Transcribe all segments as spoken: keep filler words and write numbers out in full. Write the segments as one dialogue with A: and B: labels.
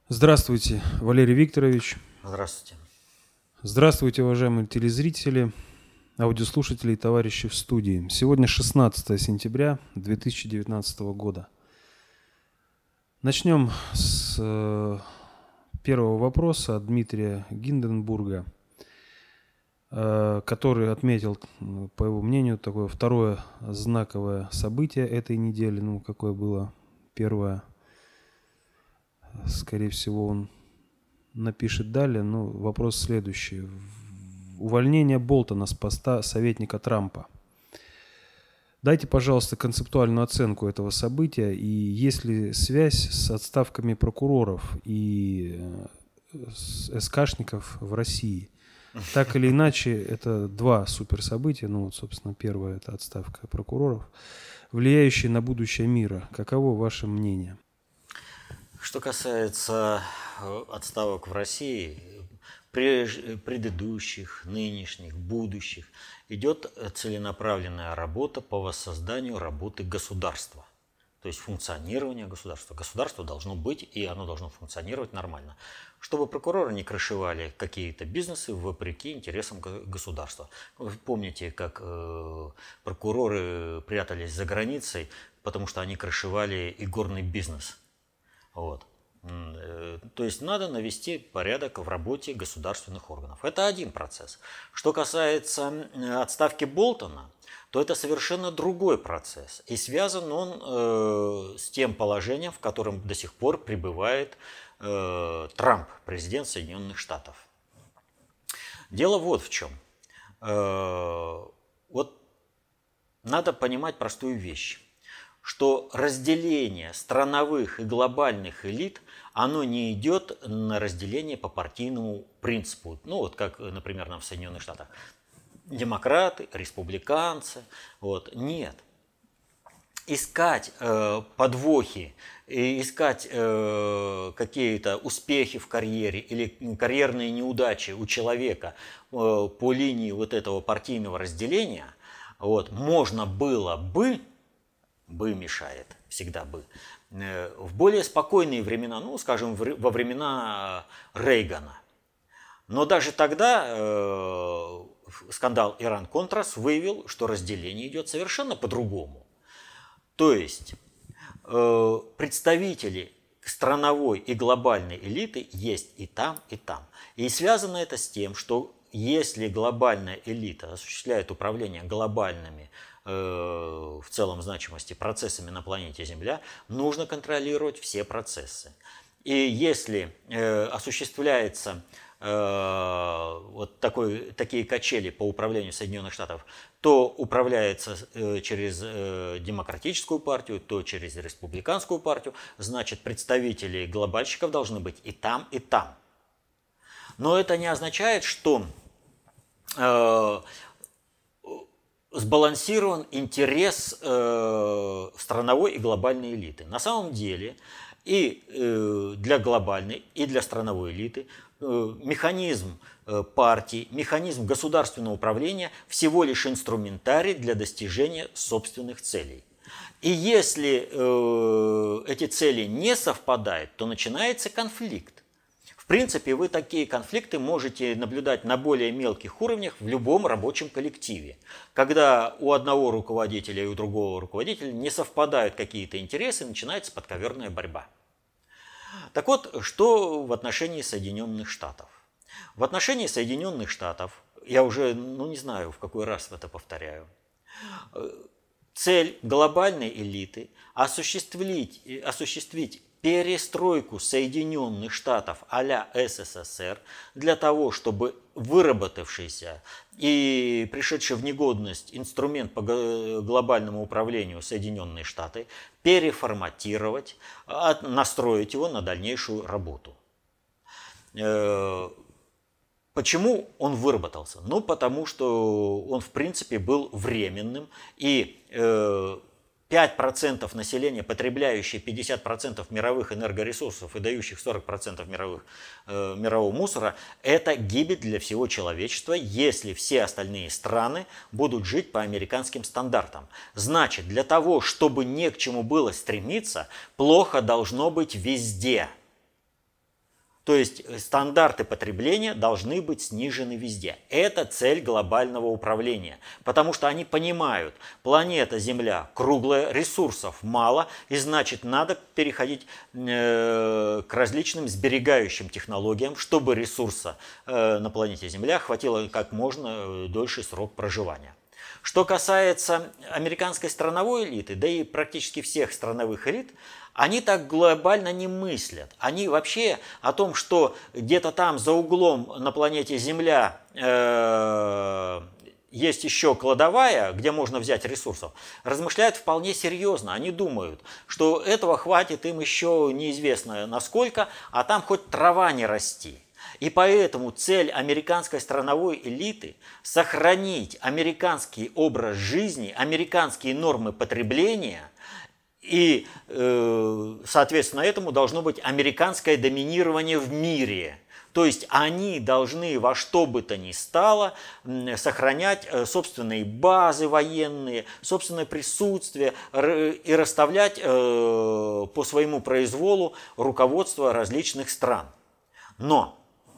A: Здравствуйте, Валерий Викторович.
B: Здравствуйте.
A: Здравствуйте, уважаемые телезрители, аудиослушатели и товарищи в студии. Сегодня шестнадцатое сентября две тысячи девятнадцатого года. Начнем с э, первого вопроса от Дмитрия Гинденбурга, э, который отметил, по его мнению, такое второе знаковое событие этой недели. Ну, какое было первое, скорее всего, он напишет далее, но вопрос следующий. Увольнение Болтона с поста советника Трампа. Дайте, пожалуйста, концептуальную оценку этого события и есть ли связь с отставками прокуроров и эскашников в России. Так или иначе, это два суперсобытия. Ну, вот, собственно, первое – это отставка прокуроров, влияющие на будущее мира. Каково ваше мнение?
B: Что касается отставок в России, предыдущих, нынешних, будущих, идет целенаправленная работа по воссозданию работы государства. То есть функционирование государства. Государство должно быть, и оно должно функционировать нормально. Чтобы прокуроры не крышевали какие-то бизнесы вопреки интересам государства. Вы помните, как э, прокуроры прятались за границей, потому что они крышевали игорный бизнес. Вот. То есть надо навести порядок в работе государственных органов. Это один процесс. Что касается отставки Болтона, то это совершенно другой процесс. И связан он э, с тем положением, в котором до сих пор пребывает э, Трамп, президент Соединенных Штатов. Дело вот в чем. Э, вот надо понимать простую вещь, что разделение страновых и глобальных элит, оно не идет на разделение по партийному принципу. Ну вот как, например, нам в Соединенных Штатах. Демократы, республиканцы. Вот. Нет. Искать э, подвохи, и искать э, какие-то успехи в карьере или карьерные неудачи у человека э, по линии вот этого партийного разделения, вот, можно было бы, бы мешает, всегда бы, в более спокойные времена, ну, скажем, во времена Рейгана. Но даже тогда э, скандал Иран-Контрас выявил, что разделение идет совершенно по-другому. То есть э, представители страновой и глобальной элиты есть и там, и там. И связано это с тем, что если глобальная элита осуществляет управление глобальными в целом значимости процессами на планете Земля, нужно контролировать все процессы. И если э, осуществляется э, вот такой, такие качели по управлению Соединенных Штатов, то управляется э, через э, демократическую партию, то через республиканскую партию, значит, представители глобальщиков должны быть и там, и там. Но это не означает, что э, сбалансирован интерес э, страновой и глобальной элиты. На самом деле и э, для глобальной, и для страновой элиты э, механизм э, партии, механизм государственного управления всего лишь инструментарий для достижения собственных целей. И если э, эти цели не совпадают, то начинается конфликт. В принципе, вы такие конфликты можете наблюдать на более мелких уровнях в любом рабочем коллективе. Когда у одного руководителя и у другого руководителя не совпадают какие-то интересы, начинается подковерная борьба. Так вот, что в отношении Соединенных Штатов? В отношении Соединенных Штатов, я уже, ну не знаю, в какой раз это повторяю, цель глобальной элиты осуществить, осуществить перестройку Соединенных Штатов а-ля эс эс эс эр для того, чтобы выработавшийся и пришедший в негодность инструмент по глобальному управлению Соединенные Штаты переформатировать, настроить его на дальнейшую работу. Почему он выработался? Ну, потому что он, в принципе, был временным, и пять процентов населения, потребляющие пятьдесят процентов мировых энергоресурсов и дающих сорок процентов мировых, э, мирового мусора, это гибель для всего человечества, если все остальные страны будут жить по американским стандартам. Значит, для того, чтобы не к чему было стремиться, плохо должно быть везде. То есть стандарты потребления должны быть снижены везде. Это цель глобального управления. Потому что они понимают, планета Земля круглая, ресурсов мало, и значит надо переходить к различным сберегающим технологиям, чтобы ресурса на планете Земля хватило как можно дольше срок проживания. Что касается американской страновой элиты, да и практически всех страновых элит, они так глобально не мыслят. Они вообще о том, что где-то там за углом на планете Земля э, есть еще кладовая, где можно взять ресурсов, размышляют вполне серьезно. Они думают, что этого хватит им еще неизвестно насколько, а там хоть трава не расти. И поэтому цель американской страновой элиты – сохранить американский образ жизни, американские нормы потребления, и, соответственно, этому должно быть американское доминирование в мире. То есть они должны во что бы то ни стало сохранять собственные базы военные, собственное присутствие и расставлять по своему произволу руководство различных стран. Но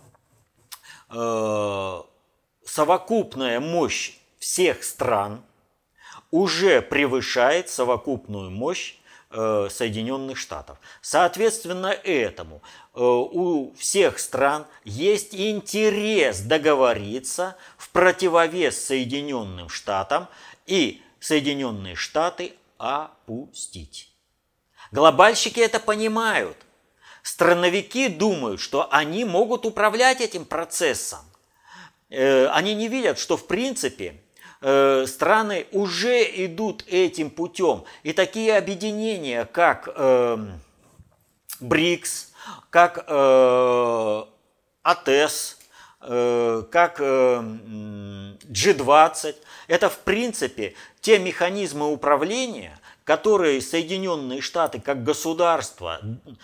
B: совокупная мощь всех стран уже превышает совокупную мощь Соединенных Штатов. Соответственно, этому у всех стран есть интерес договориться в противовес Соединенным Штатам и Соединенные Штаты опустить. Глобальщики это понимают. Страновики думают, что они могут управлять этим процессом. Они не видят, что в принципе страны уже идут этим путем. И такие объединения, как э, БРИКС, как э, АТЭС, э, как э, джи двадцать, это в принципе те механизмы управления, которые Соединенные Штаты как государство,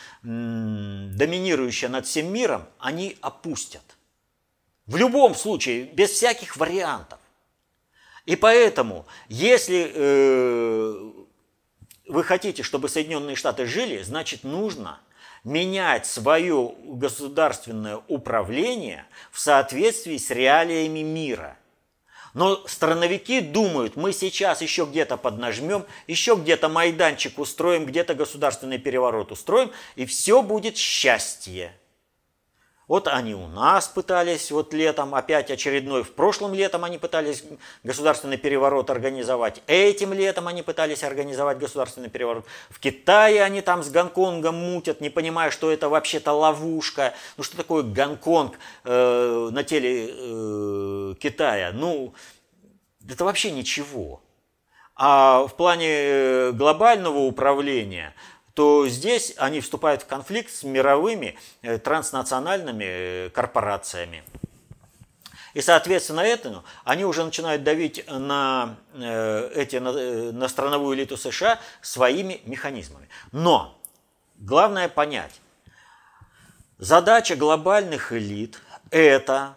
B: доминирующее над всем миром, они опустят. В любом случае, без всяких вариантов. И поэтому, если э, вы хотите, чтобы Соединенные Штаты жили, значит нужно менять свое государственное управление в соответствии с реалиями мира. Но страновики думают, мы сейчас еще где-то поднажмем, еще где-то майданчик устроим, где-то государственный переворот устроим, и все будет счастье. Вот они у нас пытались вот летом, опять очередной, в прошлом летом они пытались государственный переворот организовать, этим летом они пытались организовать государственный переворот. В Китае они там с Гонконгом мутят, не понимая, что это вообще-то ловушка. Ну что такое Гонконг э, на теле э, Китая? Ну, это вообще ничего. А в плане глобального управления, то здесь они вступают в конфликт с мировыми транснациональными корпорациями. И, соответственно, этому они уже начинают давить на, эти, на, на страновую элиту США своими механизмами. Но главное понять, задача глобальных элит – это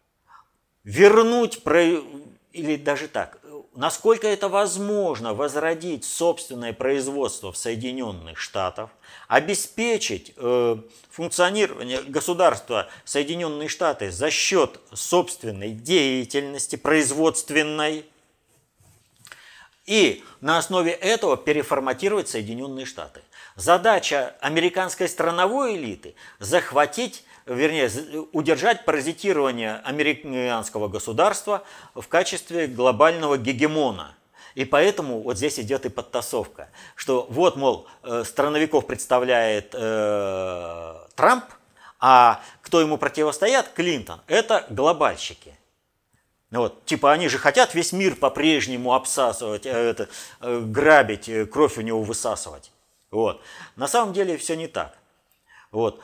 B: вернуть, или даже так, насколько это возможно, возродить собственное производство в Соединенных Штатах, обеспечить э, функционирование государства Соединенные Штаты за счет собственной деятельности производственной и на основе этого переформатировать Соединенные Штаты. Задача американской страновой элиты – захватить, вернее, удержать паразитирование американского государства в качестве глобального гегемона. И поэтому вот здесь идет и подтасовка, что вот, мол, страновиков представляет э, Трамп, а кто ему противостоят, Клинтон, это глобальщики. Вот, типа они же хотят весь мир по-прежнему обсасывать, это, грабить, кровь у него высасывать. Вот. На самом деле все не так. Вот.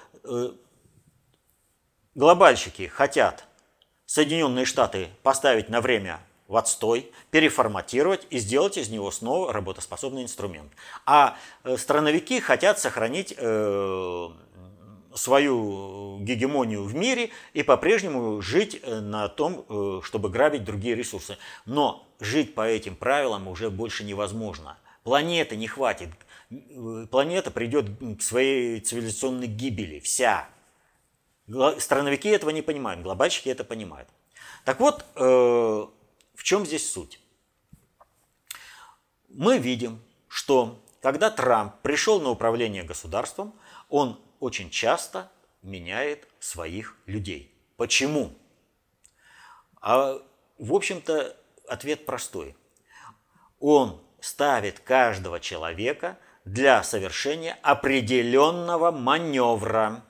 B: Глобальщики хотят Соединенные Штаты поставить на время в отстой, переформатировать и сделать из него снова работоспособный инструмент. А страновики хотят сохранить э, свою гегемонию в мире и по-прежнему жить на том, чтобы грабить другие ресурсы. Но жить по этим правилам уже больше невозможно. Планеты не хватит. Планета придет к своей цивилизационной гибели. Вся. Страновики этого не понимают, глобальщики это понимают. Так вот, э, в чем здесь суть? Мы видим, что когда Трамп пришел на управление государством, он очень часто меняет своих людей. Почему? А, в общем-то, ответ простой. Он ставит каждого человека для совершения определенного маневра.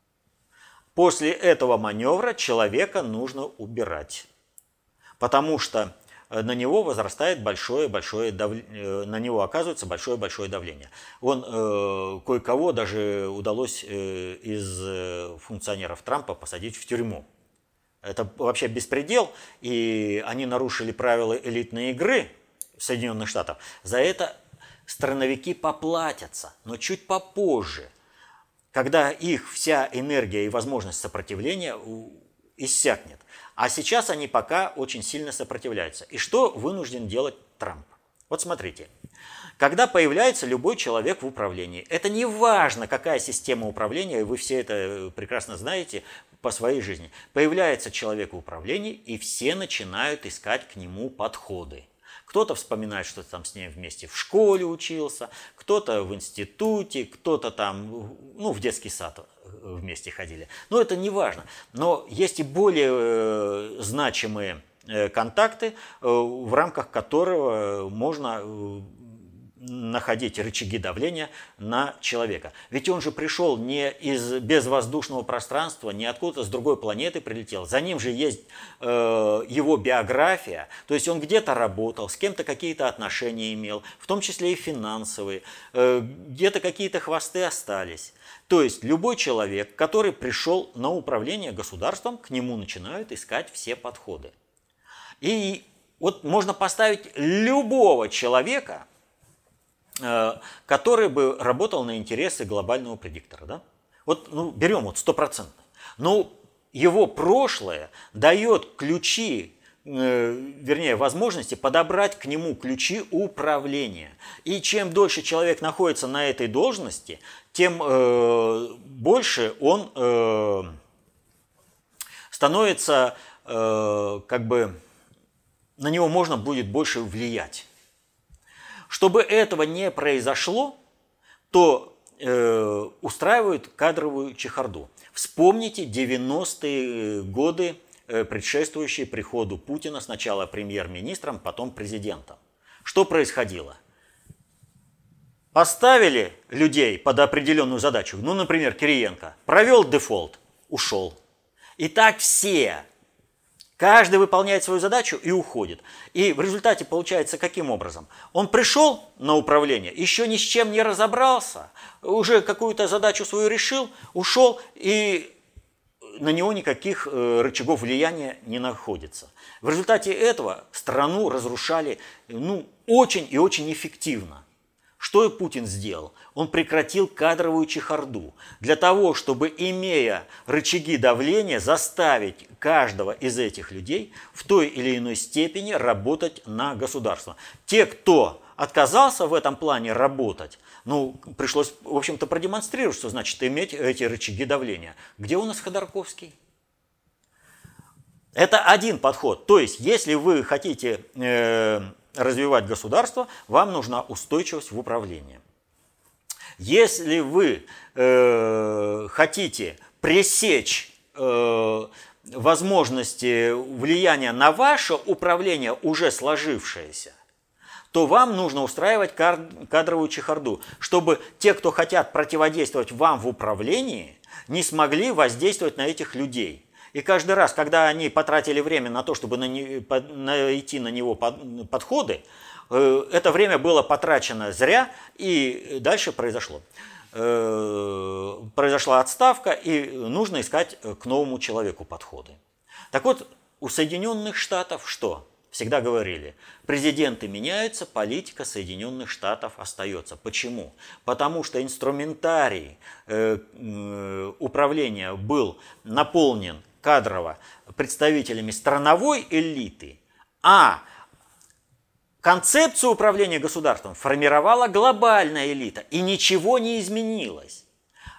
B: После этого маневра человека нужно убирать, потому что на него возрастает большое-большое давление, на него оказывается большое-большое давление. Он, э, кое-кого даже удалось э, из функционеров Трампа посадить в тюрьму. Это вообще беспредел, и они нарушили правила элитной игры Соединенных Штатов. За это страновики поплатятся, но чуть попозже, когда их вся энергия и возможность сопротивления иссякнет. А сейчас они пока очень сильно сопротивляются. И что вынужден делать Трамп? Вот смотрите. Когда появляется любой человек в управлении, это не важно, какая система управления, и вы все это прекрасно знаете по своей жизни. Появляется человек в управлении, и все начинают искать к нему подходы. Кто-то вспоминает, что там с ним вместе в школе учился, кто-то в институте, кто-то там, ну, в детский сад вместе ходили. Но это не важно. Но есть и более значимые контакты, в рамках которого можно находить рычаги давления на человека. Ведь он же пришел не из безвоздушного пространства, не откуда-то с другой планеты прилетел. За ним же есть э, его биография. То есть он где-то работал, с кем-то какие-то отношения имел, в том числе и финансовые. Э, где-то какие-то хвосты остались. То есть любой человек, который пришел на управление государством, к нему начинают искать все подходы. И вот можно поставить любого человека, который бы работал на интересы глобального предиктора. Да? Вот, ну, берем вот стопроцентно. Но его прошлое дает ключи, э, вернее, возможности подобрать к нему ключи управления. И чем дольше человек находится на этой должности, тем э, больше он э, становится, э, как бы, на него можно будет больше влиять. Чтобы этого не произошло, то э, устраивают кадровую чехарду. Вспомните девяностые годы, э, предшествующие приходу Путина, сначала премьер-министром, потом президентом. Что происходило? Поставили людей под определенную задачу, ну, например, Кириенко, провел дефолт, ушел. И так все. Каждый выполняет свою задачу и уходит. И в результате получается каким образом? Он пришел на управление, еще ни с чем не разобрался, уже какую-то задачу свою решил, ушел, и на него никаких рычагов влияния не находится. В результате этого страну разрушали, ну, очень и очень эффективно. Что Путин сделал? Он прекратил кадровую чехарду для того, чтобы, имея рычаги давления, заставить каждого из этих людей в той или иной степени работать на государство. Те, кто отказался в этом плане работать, ну, пришлось, в общем-то, продемонстрировать, что значит иметь эти рычаги давления. Где у нас Ходорковский? Это один подход. То есть, если вы хотите э, развивать государство, вам нужна устойчивость в управлении. Если вы э, хотите пресечь э, возможности влияния на ваше управление, уже сложившееся, то вам нужно устраивать кадровую чехарду, чтобы те, кто хотят противодействовать вам в управлении, не смогли воздействовать на этих людей. И каждый раз, когда они потратили время на то, чтобы найти на него подходы, это время было потрачено зря, и дальше произошло. Произошла отставка, и нужно искать к новому человеку подходы. Так вот, у Соединенных Штатов что? Всегда говорили, президенты меняются, политика Соединенных Штатов остается. Почему? Потому что инструментарий управления был наполнен кадрово представителями страновой элиты, а концепцию управления государством формировала глобальная элита, и ничего не изменилось.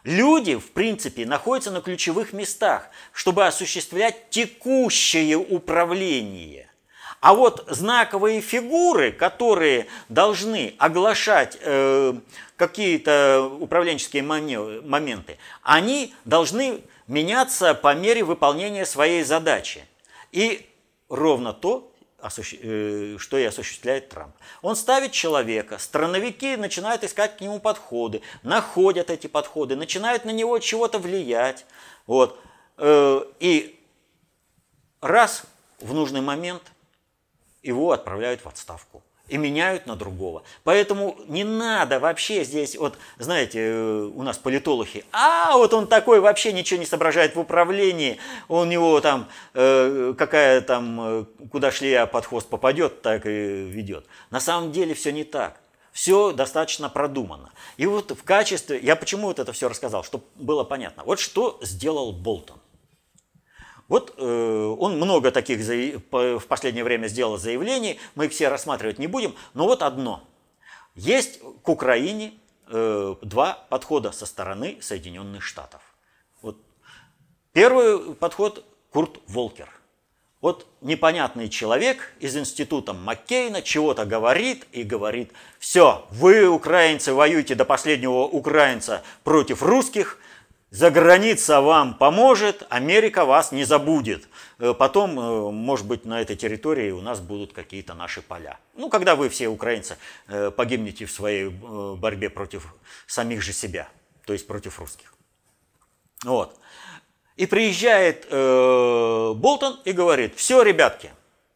B: Люди, в принципе, находятся на ключевых местах, чтобы осуществлять текущее управление. А вот знаковые фигуры, которые должны оглашать э, какие-то управленческие моменты, они должны меняться по мере выполнения своей задачи. И ровно то, что и осуществляет Трамп. Он ставит человека, страновики начинают искать к нему подходы, находят эти подходы, начинают на него чего-то влиять. Вот. И раз в нужный момент его отправляют в отставку и меняют на другого. Поэтому не надо вообще здесь, вот знаете, у нас политологи, а вот он такой вообще ничего не соображает в управлении, у него там э, какая там, куда шлея под хвост попадет, так и ведет. На самом деле все не так. Все достаточно продумано. И вот в качестве, я почему вот это все рассказал, чтобы было понятно. Вот что сделал Болтон. Вот э, он много таких заяв... в последнее время сделал заявлений, мы их все рассматривать не будем, но вот одно. Есть к Украине э, два подхода со стороны Соединенных Штатов. Вот. Первый подход – Курт Волкер. Вот непонятный человек из института Маккейна чего-то говорит и говорит: все, вы, украинцы, воюете до последнего украинца против русских, заграница вам поможет, Америка вас не забудет. Потом, может быть, на этой территории у нас будут какие-то наши поля. Ну, когда вы все, украинцы, погибнете в своей борьбе против самих же себя, то есть против русских. Вот. И приезжает э, Болтон и говорит: все, ребятки,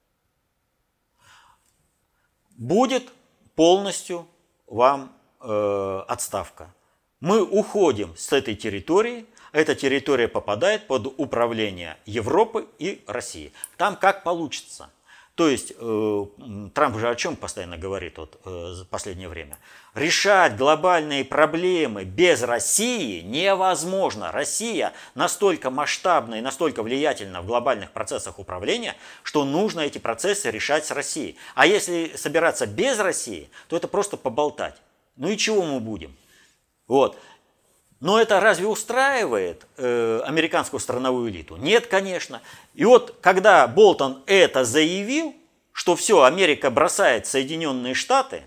B: будет полностью вам э, отставка. Мы уходим с этой территории, эта территория попадает под управление Европы и России. Там как получится. То есть э, Трамп же о чем постоянно говорит вот, э, в последнее время? Решать глобальные проблемы без России невозможно. Россия настолько масштабна и настолько влиятельна в глобальных процессах управления, что нужно эти процессы решать с Россией. А если собираться без России, то это просто поболтать. Ну и чего мы будем? Вот. Но это разве устраивает э, американскую страновую элиту? Нет, конечно. И вот когда Болтон это заявил, что все, Америка бросает Соединенные Штаты,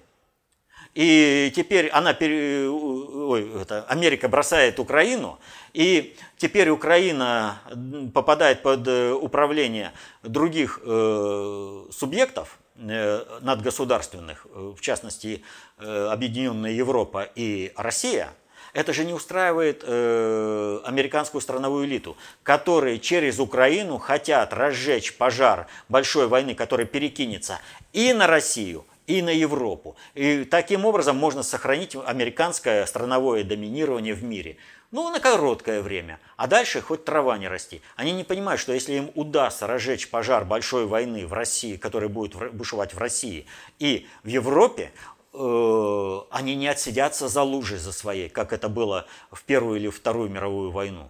B: и теперь она, ой, это, Америка бросает Украину, и теперь Украина попадает под управление других э, субъектов э, надгосударственных, в частности, э, Объединенная Европа и Россия. Это же не устраивает э, американскую страновую элиту, которые через Украину хотят разжечь пожар большой войны, который перекинется и на Россию, и на Европу. И таким образом можно сохранить американское страновое доминирование в мире. Ну, на короткое время. А дальше хоть трава не расти. Они не понимают, что если им удастся разжечь пожар большой войны в России, который будет бушевать в России и в Европе, они не отсидятся за лужей за своей, как это было в Первую или Вторую мировую войну.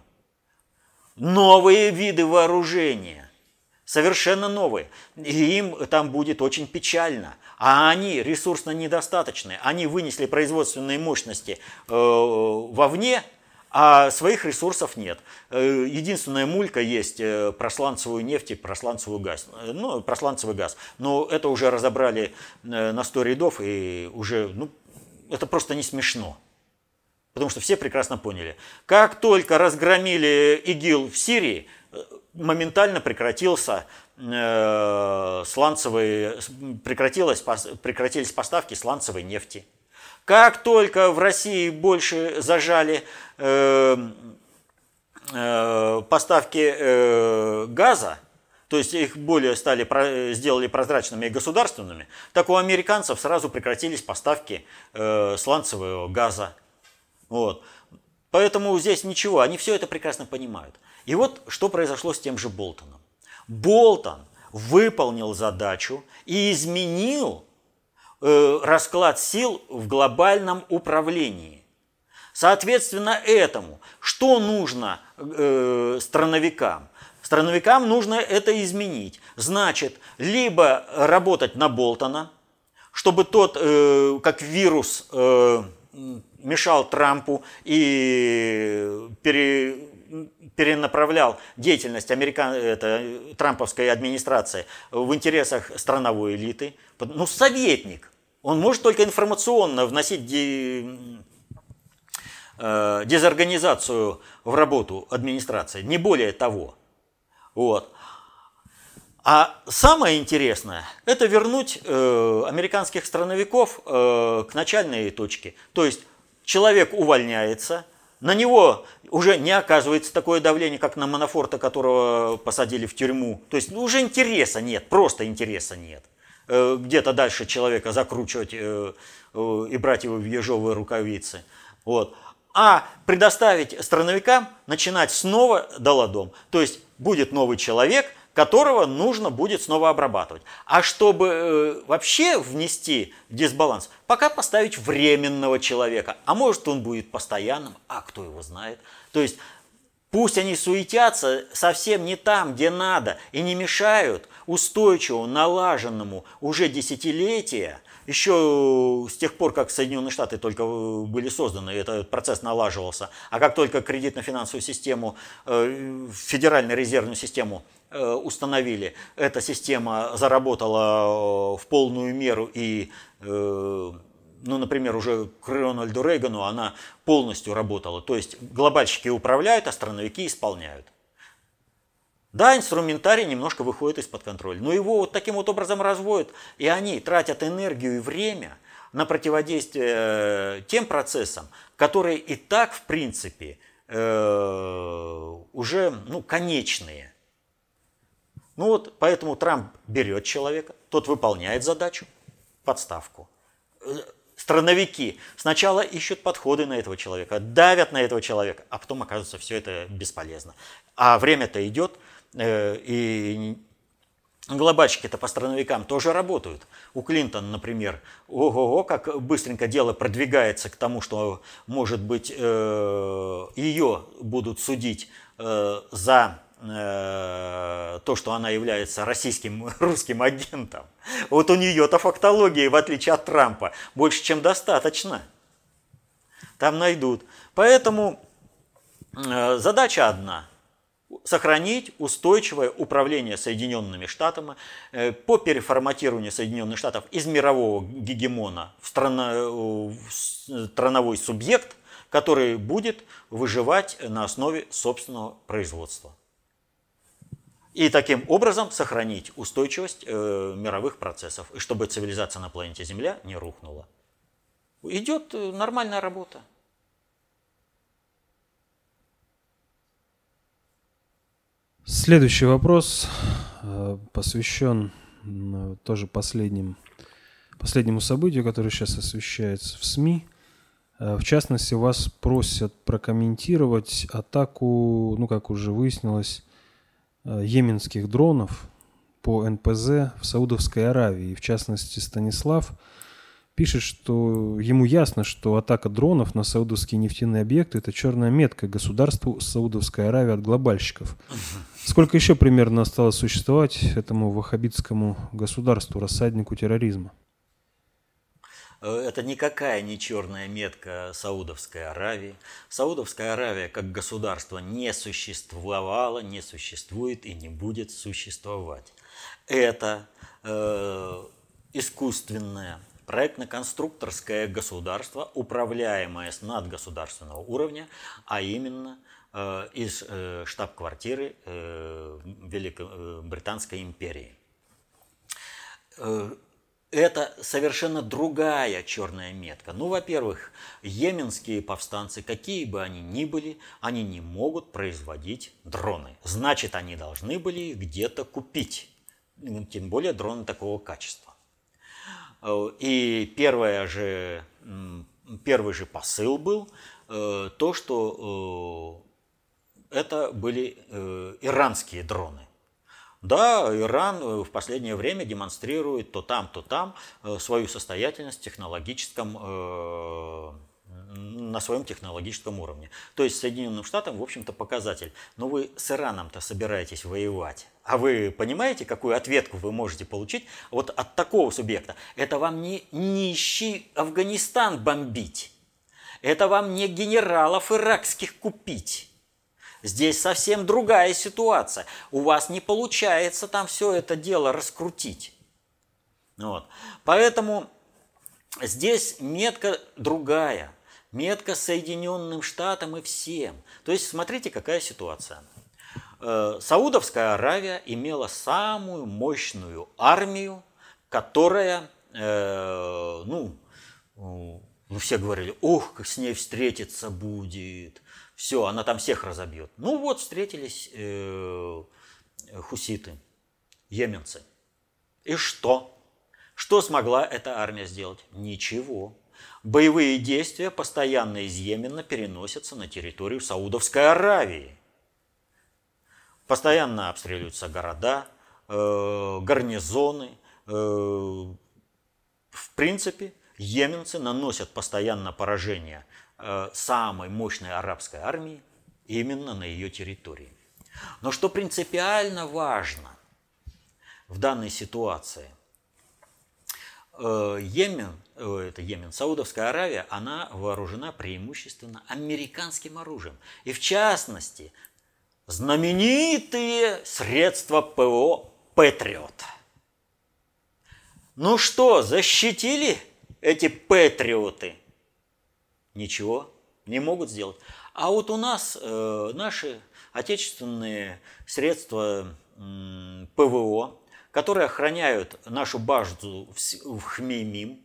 B: Новые виды вооружения, совершенно новые. И им там будет очень печально. А они ресурсно недостаточны. Они вынесли производственные мощности э, вовне, а своих ресурсов нет. Единственная мулька есть про сланцевую нефть и про сланцевый газ. Ну, про сланцевый газ. Но это уже разобрали на сто рядов, и уже, ну, это просто не смешно. Потому что все прекрасно поняли. Как только разгромили ИГИЛ в Сирии, моментально прекратился э, сланцевый, прекратилось, прекратились поставки сланцевой нефти. Как только в России больше зажали э, э, поставки э, газа, то есть их более стали, сделали прозрачными и государственными, так у американцев сразу прекратились поставки э, сланцевого газа. Вот. Поэтому здесь ничего, они все это прекрасно понимают. И вот что произошло с тем же Болтоном. Болтон выполнил задачу и изменил расклад сил в глобальном управлении. Соответственно этому, что нужно э, страновикам? Страновикам нужно это изменить. Значит, либо работать на Болтона, чтобы тот, э, как вирус, э, мешал Трампу и пере, перенаправлял деятельность американ... это, трамповской администрации в интересах страновой элиты. Ну, советник. Он может только информационно вносить дезорганизацию в работу администрации, не более того. Вот. А самое интересное – это вернуть э, американских страновиков э, к начальной точке. То есть человек увольняется, на него уже не оказывается такое давление, как на Манафорта, которого посадили в тюрьму. То есть ну, уже интереса нет, просто интереса нет. Э, где-то дальше человека закручивать э, э, и брать его в ежовые рукавицы. Вот. А предоставить страновикам начинать снова доладом. То есть будет новый человек, которого нужно будет снова обрабатывать. А чтобы э, вообще внести дисбаланс, пока поставить временного человека. А может он будет постоянным, а кто его знает. То есть пусть они суетятся совсем не там, где надо, и не мешают устойчивому, налаженному уже десятилетия. Еще с тех пор, как Соединенные Штаты только были созданы, этот процесс налаживался. А как только кредитно-финансовую систему, Федеральную резервную систему установили, эта система заработала в полную меру и, ну, например, уже к Рональду Рейгану она полностью работала. То есть глобальщики управляют, а страновики исполняют. Да, инструментарий немножко выходит из-под контроля, но его вот таким вот образом разводят, и они тратят энергию и время на противодействие тем процессам, которые и так, в принципе, уже ну, конечные. Ну вот, поэтому Трамп берет человека, тот выполняет задачу, подставку. Страновики сначала ищут подходы на этого человека, давят на этого человека, а потом оказывается все это бесполезно. А время-то идет, и глобальщики-то по страновикам тоже работают. У Клинтон, например, ого-го, как быстренько дело продвигается к тому, что, может быть, ее будут судить за то, что она является российским, русским агентом. Вот у нее-то фактологии, в отличие от Трампа, больше, чем достаточно. Там найдут. Поэтому задача одна – сохранить устойчивое управление Соединенными Штатами по переформатированию Соединенных Штатов из мирового гегемона в, страно, в страновой субъект, который будет выживать на основе собственного производства. И таким образом сохранить устойчивость э, мировых процессов, и чтобы цивилизация на планете Земля не рухнула. Идет нормальная работа.
A: Следующий вопрос э, посвящен э, тоже последним, последнему событию, которое сейчас освещается в СМИ. Э, в частности, вас просят прокомментировать атаку, ну, как уже выяснилось, йеменских дронов по эн пэ зэ в Саудовской Аравии. И в частности, Станислав пишет, что ему ясно, что атака дронов на саудовские нефтяные объекты – это черная метка государству Саудовской Аравии от глобальщиков. Сколько еще примерно осталось существовать этому ваххабитскому государству, рассаднику терроризма?
B: Это никакая не черная метка Саудовской Аравии. Саудовская Аравия как государство не существовала, не существует и не будет существовать. Это э, искусственное проектно-конструкторское государство, управляемое с надгосударственного уровня, а именно э, из э, штаб-квартиры э, Великобританской империи. Э, Это совершенно другая черная метка. Ну, во-первых, йеменские повстанцы, какие бы они ни были, они не могут производить дроны. Значит, они должны были их где-то купить. Тем более дроны такого качества. И первое же, первый же посыл был то, что это были иранские дроны. Да, Иран в последнее время демонстрирует то там, то там свою состоятельность в технологическом, на своем технологическом уровне. То есть Соединенным Штатам, в общем-то, показатель. Но вы с Ираном-то собираетесь воевать. А вы понимаете, какую ответку вы можете получить вот от такого субъекта? Это вам не, не ищи Афганистан бомбить. Это вам не генералов иракских купить. Здесь совсем другая ситуация. У вас не получается там все это дело раскрутить. Вот. Поэтому здесь метка другая. Метка Соединенным Штатам и всем. То есть смотрите, какая ситуация. Саудовская Аравия имела самую мощную армию, которая, э, ну, ну, все говорили, ох, как с ней встретиться будет. Все, она там всех разобьет. Ну вот, встретились э, хуситы, йеменцы. И что? Что смогла эта армия сделать? Ничего. Боевые действия постоянно из Йемена переносятся на территорию Саудовской Аравии. Постоянно обстреливаются города, э, гарнизоны. Э, в принципе, йеменцы наносят постоянно поражение э, самой мощной арабской армии именно на ее территории. Но что принципиально важно в данной ситуации, э, Йемен, э, это Йемен, Саудовская Аравия, она вооружена преимущественно американским оружием. И в частности, знаменитые средства ПВО «Патриот». Ну что, защитили эти «Патриоты»? Ничего не могут сделать. А вот у нас э, наши отечественные средства э, ПВО, которые охраняют нашу базу в Хмеймим,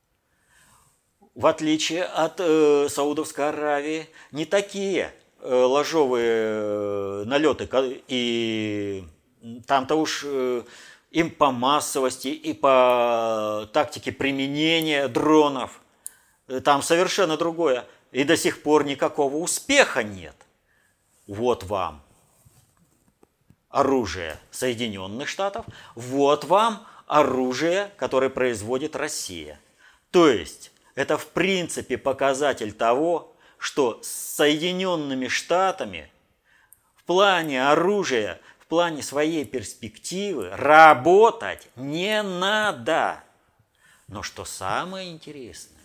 B: в отличие от э, Саудовской Аравии, не такие ложовые налеты, и там-то уж им по массовости и по тактике применения дронов там совершенно другое. И до сих пор никакого успеха нет. Вот вам оружие Соединенных Штатов, вот вам оружие, которое производит Россия. То есть это в принципе показатель того, что с Соединенными Штатами в плане оружия, в плане своей перспективы работать не надо. Но что самое интересное,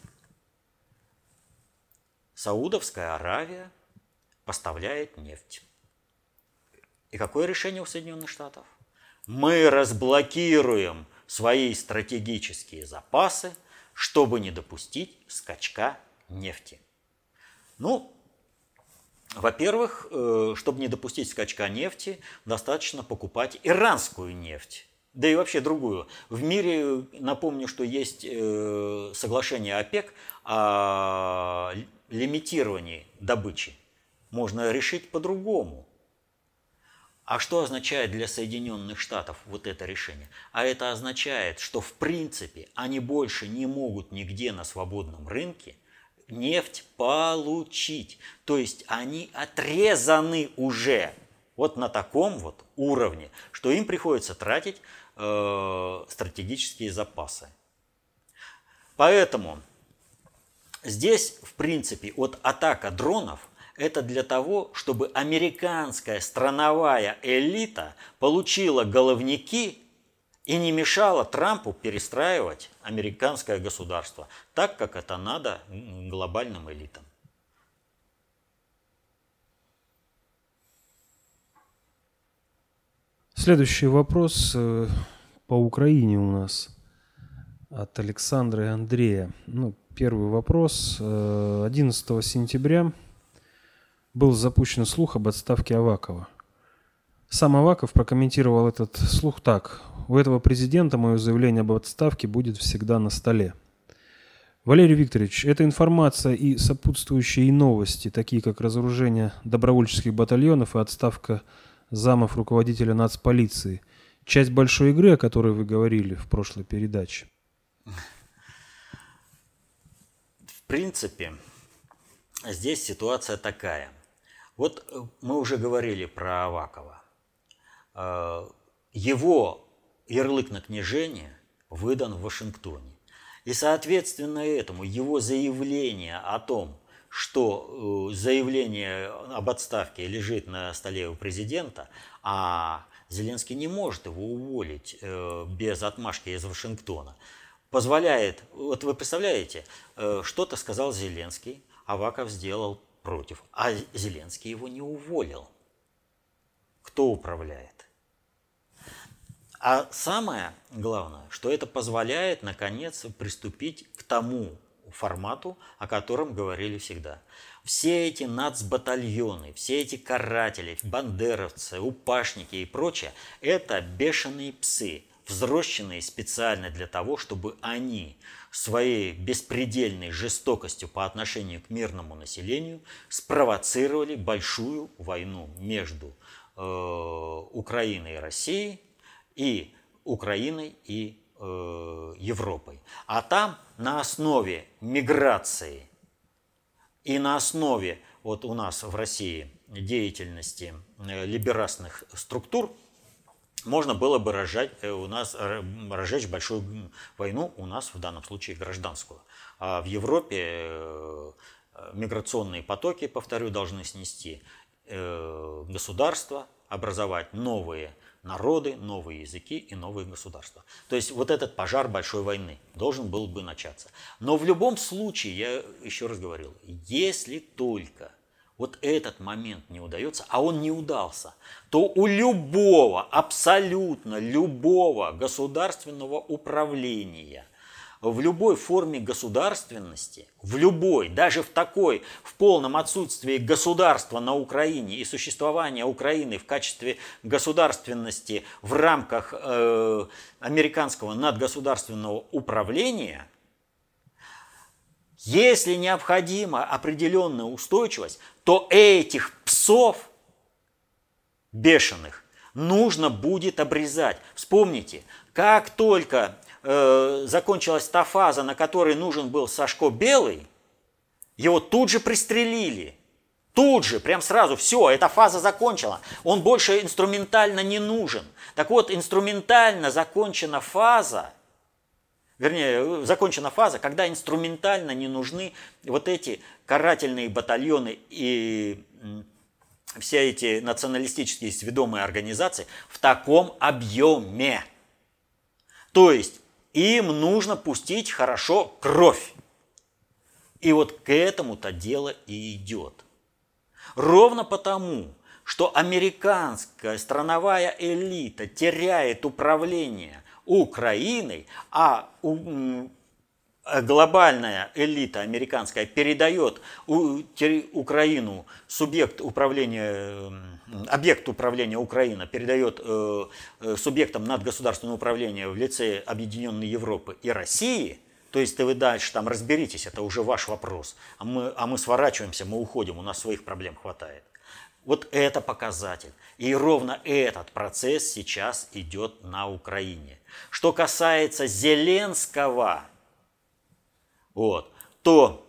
B: Саудовская Аравия поставляет нефть. И какое решение у Соединенных Штатов? Мы разблокируем свои стратегические запасы, чтобы не допустить скачка нефти. Ну, во-первых, чтобы не допустить скачка нефти, достаточно покупать иранскую нефть, да и вообще другую. В мире, напомню, что есть соглашение ОПЕК о лимитировании добычи. Можно решить по-другому. А что означает для Соединенных Штатов вот это решение? А это означает, что в принципе они больше не могут нигде на свободном рынке нефть получить. То есть они отрезаны уже вот на таком вот уровне, что им приходится тратить э, стратегические запасы. Поэтому здесь, в принципе, вот атака дронов – это для того, чтобы американская страновая элита получила головники и не мешала Трампу перестраивать американское государство так, как это надо глобальным элитам.
A: Следующий вопрос по Украине у нас от Александра и Андрея. Ну, первый вопрос. одиннадцатого сентября был запущен слух об отставке Авакова. Сам Аваков прокомментировал этот слух так: у этого президента мое заявление об отставке будет всегда на столе. Валерий Викторович, эта информация и сопутствующие новости, такие как разоружение добровольческих батальонов и отставка замов руководителя нацполиции, часть большой игры, о которой вы говорили в прошлой передаче?
B: В принципе, здесь ситуация такая. Вот мы уже говорили про Авакова. Его ярлык на княжение выдан в Вашингтоне. И, соответственно, этому его заявление о том, что заявление об отставке лежит на столе у президента, а Зеленский не может его уволить без отмашки из Вашингтона, позволяет, вот вы представляете, что-то сказал Зеленский, Аваков сделал против, а Зеленский его не уволил. Кто управляет? А самое главное, что это позволяет, наконец, приступить к тому формату, о котором говорили всегда. Все эти нацбатальоны, все эти каратели, бандеровцы, упашники и прочее, это бешеные псы, взрощенные специально для того, чтобы они своей беспредельной жестокостью по отношению к мирному населению спровоцировали большую войну между э, Украиной и Россией, и Украиной и э, Европой. А там на основе миграции и на основе вот у нас в России деятельности либерастных структур можно было бы разжать, у нас, разжечь большую войну, у нас в данном случае гражданскую. А в Европе миграционные потоки, повторю, должны снести государства, образовать новые народы, новые языки и новые государства. То есть вот этот пожар большой войны должен был бы начаться. Но в любом случае, я еще раз говорил, если только вот этот момент не удается, а он не удался, то у любого, абсолютно любого государственного управления, в любой форме государственности, в любой, даже в такой, в полном отсутствии государства на Украине и существования Украины в качестве государственности в рамках э, американского надгосударственного управления, если необходима определенная устойчивость, то этих псов бешеных нужно будет обрезать. Вспомните, как только э, закончилась та фаза, на которой нужен был Сашко Белый, его тут же пристрелили. Тут же, прям сразу, все, эта фаза закончена. Он больше инструментально не нужен. Так вот, инструментально закончена фаза, вернее, закончена фаза, когда инструментально не нужны вот эти карательные батальоны и все эти националистические сведомые организации в таком объеме. То есть им нужно пустить хорошо кровь. И вот к этому-то дело и идет. Ровно потому, что американская страновая элита теряет управление Украиной, а глобальная элита американская передает Украину, субъект управления, объект управления Украины передает субъектам надгосударственного управления в лице Объединенной Европы и России, то есть вы дальше там разберитесь, это уже ваш вопрос, а мы, а мы сворачиваемся, мы уходим, у нас своих проблем хватает. Вот это показатель. И ровно этот процесс сейчас идет на Украине. Что касается Зеленского, вот, то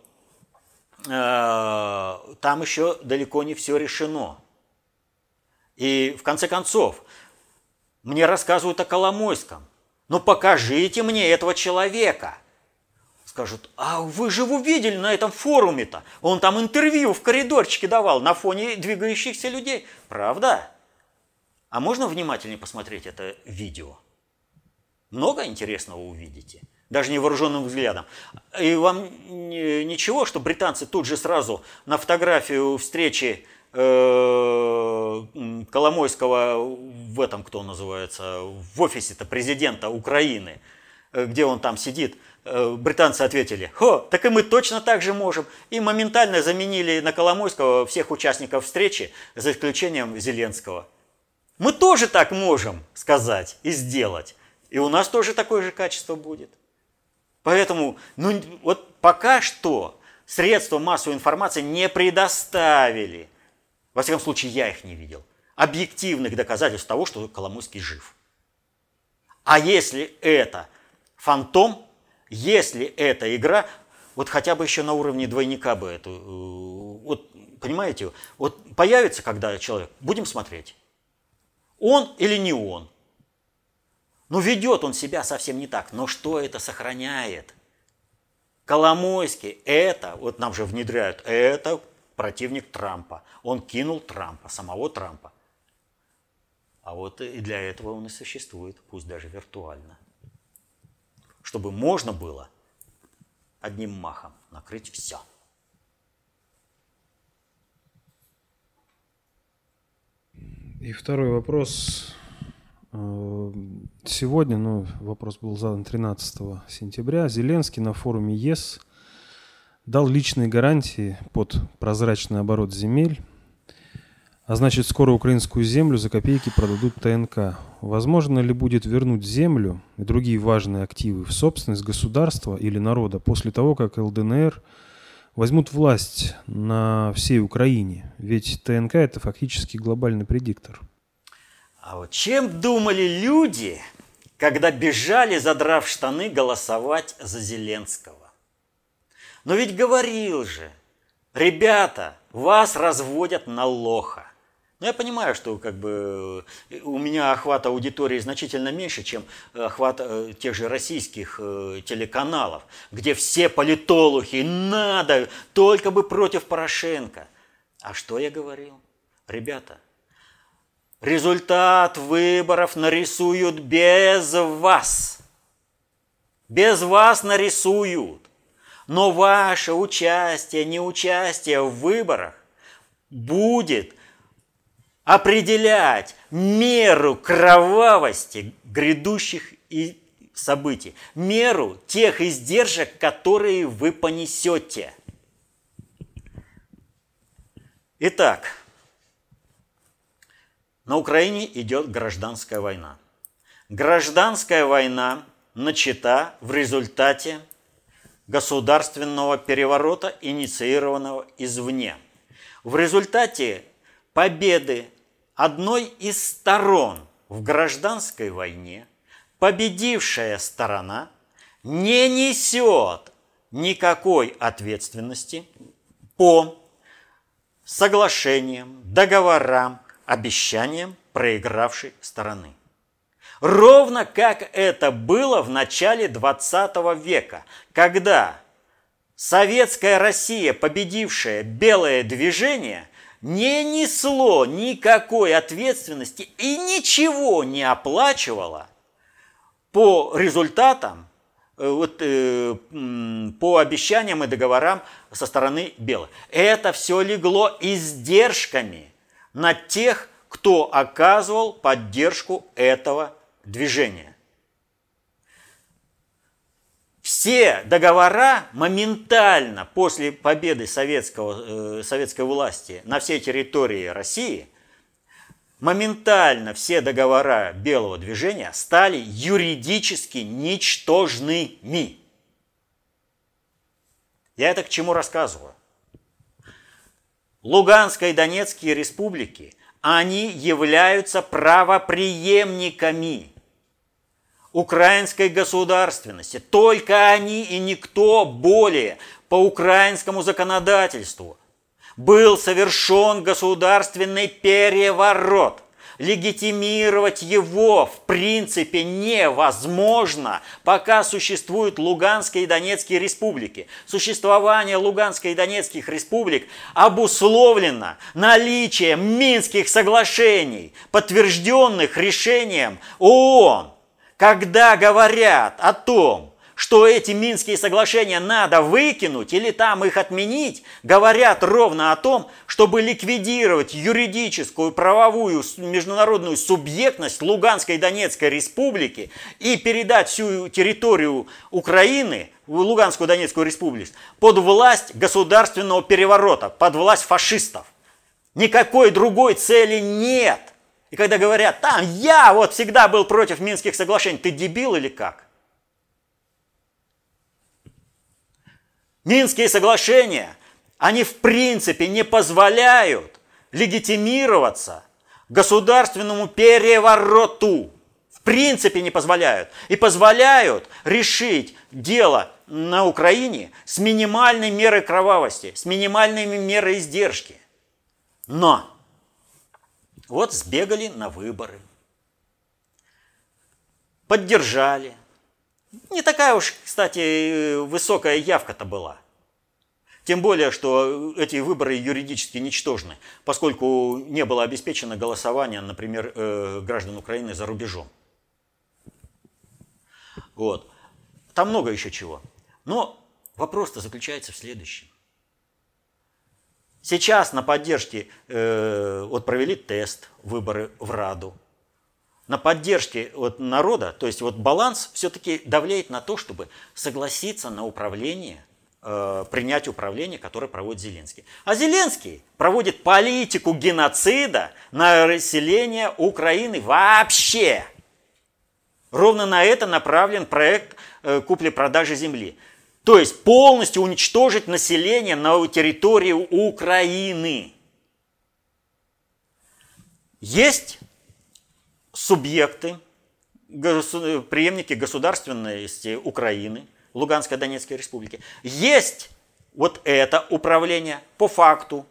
B: э, там еще далеко не все решено. И в конце концов, мне рассказывают о Коломойском. Ну покажите мне этого человека. Скажут, а вы же его видели на этом форуме-то? Он там интервью в коридорчике давал на фоне двигающихся людей. Правда? А можно внимательнее посмотреть это видео? Много интересного увидите. Даже невооруженным взглядом. И вам ничего, что британцы тут же сразу на фотографию встречи э, Коломойского в этом, кто называется, в офисе-то президента Украины, где он там сидит, британцы ответили, хо, так и мы точно так же можем. И моментально заменили на Коломойского всех участников встречи, за исключением Зеленского. Мы тоже так можем сказать и сделать. И у нас тоже такое же качество будет. Поэтому, ну, вот пока что средства массовой информации не предоставили, во всяком случае я их не видел, объективных доказательств того, что Коломойский жив. А если это фантом, если это игра, вот хотя бы еще на уровне двойника бы эту, вот понимаете, вот появится когда человек, будем смотреть, он или не он. Ну, ведет он себя совсем не так, но что это сохраняет? Коломойский, это, вот нам же внедряют, это противник Трампа. Он кинул Трампа, самого Трампа. А вот и для этого он и существует, пусть даже виртуально. Чтобы можно было одним махом накрыть все.
A: И второй вопрос. Сегодня, ну, вопрос был задан тринадцатого сентября, Зеленский на форуме ЕС дал личные гарантии под прозрачный оборот земель, а значит, скоро украинскую землю за копейки продадут ТНК. Возможно ли будет вернуть землю и другие важные активы в собственность государства или народа после того, как ЛДНР возьмут власть на всей Украине? Ведь ТНК – это фактически глобальный предиктор.
B: А вот чем думали люди, когда бежали, задрав штаны, голосовать за Зеленского? Но ведь говорил же, ребята, вас разводят на лоха. Ну, я понимаю, что как бы у меня охват аудитории значительно меньше, чем охват э, тех же российских э, телеканалов, где все политологи, надо, только бы против Порошенко. А что я говорил? Ребята, результат выборов нарисуют без вас. Без вас нарисуют. Но ваше участие, неучастие в выборах будет определять меру кровавости грядущих и событий, меру тех издержек, которые вы понесете. Итак, на Украине идет гражданская война. Гражданская война начата в результате государственного переворота, инициированного извне. В результате победы одной из сторон в гражданской войне победившая сторона не несет никакой ответственности по соглашениям, договорам, обещаниям проигравшей стороны. Ровно как это было в начале двадцатого века, когда советская Россия, победившая белое движение, не несло никакой ответственности и ничего не оплачивало по результатам, вот, э, по обещаниям и договорам со стороны белых. Это все легло издержками на тех, кто оказывал поддержку этого движения. Все договора моментально после победы советского, э, советской власти на всей территории России, моментально все договора белого движения стали юридически ничтожными. Я это к чему рассказываю? Луганская и Донецкие республики, они являются правопреемниками украинской государственности. Только они и никто более по украинскому законодательству был совершен государственный переворот. Легитимировать его в принципе невозможно, пока существуют Луганские и Донецкие республики. Существование Луганской и Донецких республик обусловлено наличием Минских соглашений, подтвержденных решением ООН. Когда говорят о том, что эти Минские соглашения надо выкинуть или там их отменить, говорят ровно о том, чтобы ликвидировать юридическую, правовую, международную субъектность Луганской и Донецкой республики и передать всю территорию Украины, Луганскую и Донецкую республику, под власть государственного переворота, под власть фашистов. Никакой другой цели нет. И когда говорят, там я вот всегда был против Минских соглашений, ты дебил или как? Минские соглашения, они в принципе не позволяют легитимироваться государственному перевороту. В принципе не позволяют. И позволяют решить дело на Украине с минимальной мерой кровавости, с минимальными мерой издержки. Но вот сбегали на выборы, поддержали. Не такая уж, кстати, высокая явка-то была. Тем более, что эти выборы юридически ничтожны, поскольку не было обеспечено голосование, например, граждан Украины за рубежом. Вот. Там много еще чего. Но вопрос-то заключается в следующем. Сейчас на поддержке, э, вот провели тест, выборы в Раду, на поддержке вот народа, то есть вот баланс все-таки давляет на то, чтобы согласиться на управление, э, принять управление, которое проводит Зеленский. А Зеленский проводит политику геноцида на население Украины вообще. Ровно на это направлен проект э, купли-продажи земли. То есть полностью уничтожить население на территории Украины. Есть субъекты, преемники государственности Украины, Луганской Донецкой Республики. Есть вот это управление по факту.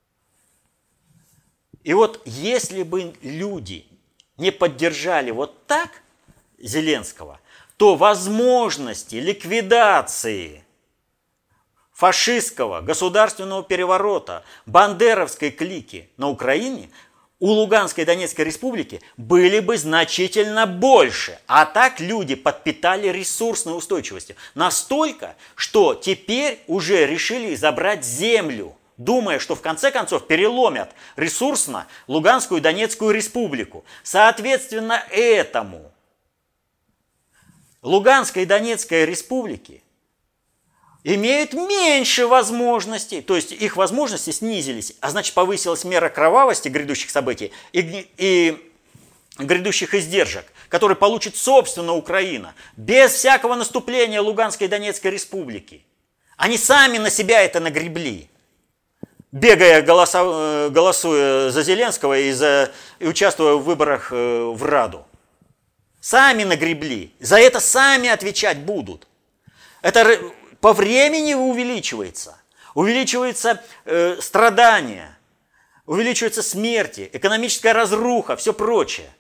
B: И вот если бы люди не поддержали вот так Зеленского, то возможности ликвидации фашистского государственного переворота бандеровской клики на Украине у Луганской и Донецкой республики были бы значительно больше. А так люди подпитали ресурсной устойчивостью. Настолько, что теперь уже решили забрать землю, думая, что в конце концов переломят ресурсно Луганскую и Донецкую республику. Соответственно этому Луганская и Донецкая республики имеют меньше возможностей, то есть их возможности снизились, а значит повысилась мера кровавости грядущих событий и, и грядущих издержек, которые получит собственно Украина, без всякого наступления Луганской и Донецкой республики. Они сами на себя это нагребли, бегая, голоса, голосуя за Зеленского и, за, и участвуя в выборах в Раду. Сами нагребли, за это сами отвечать будут. Это по времени увеличивается, увеличивается э, страдания, увеличиваются смерти, экономическая разруха, все прочее.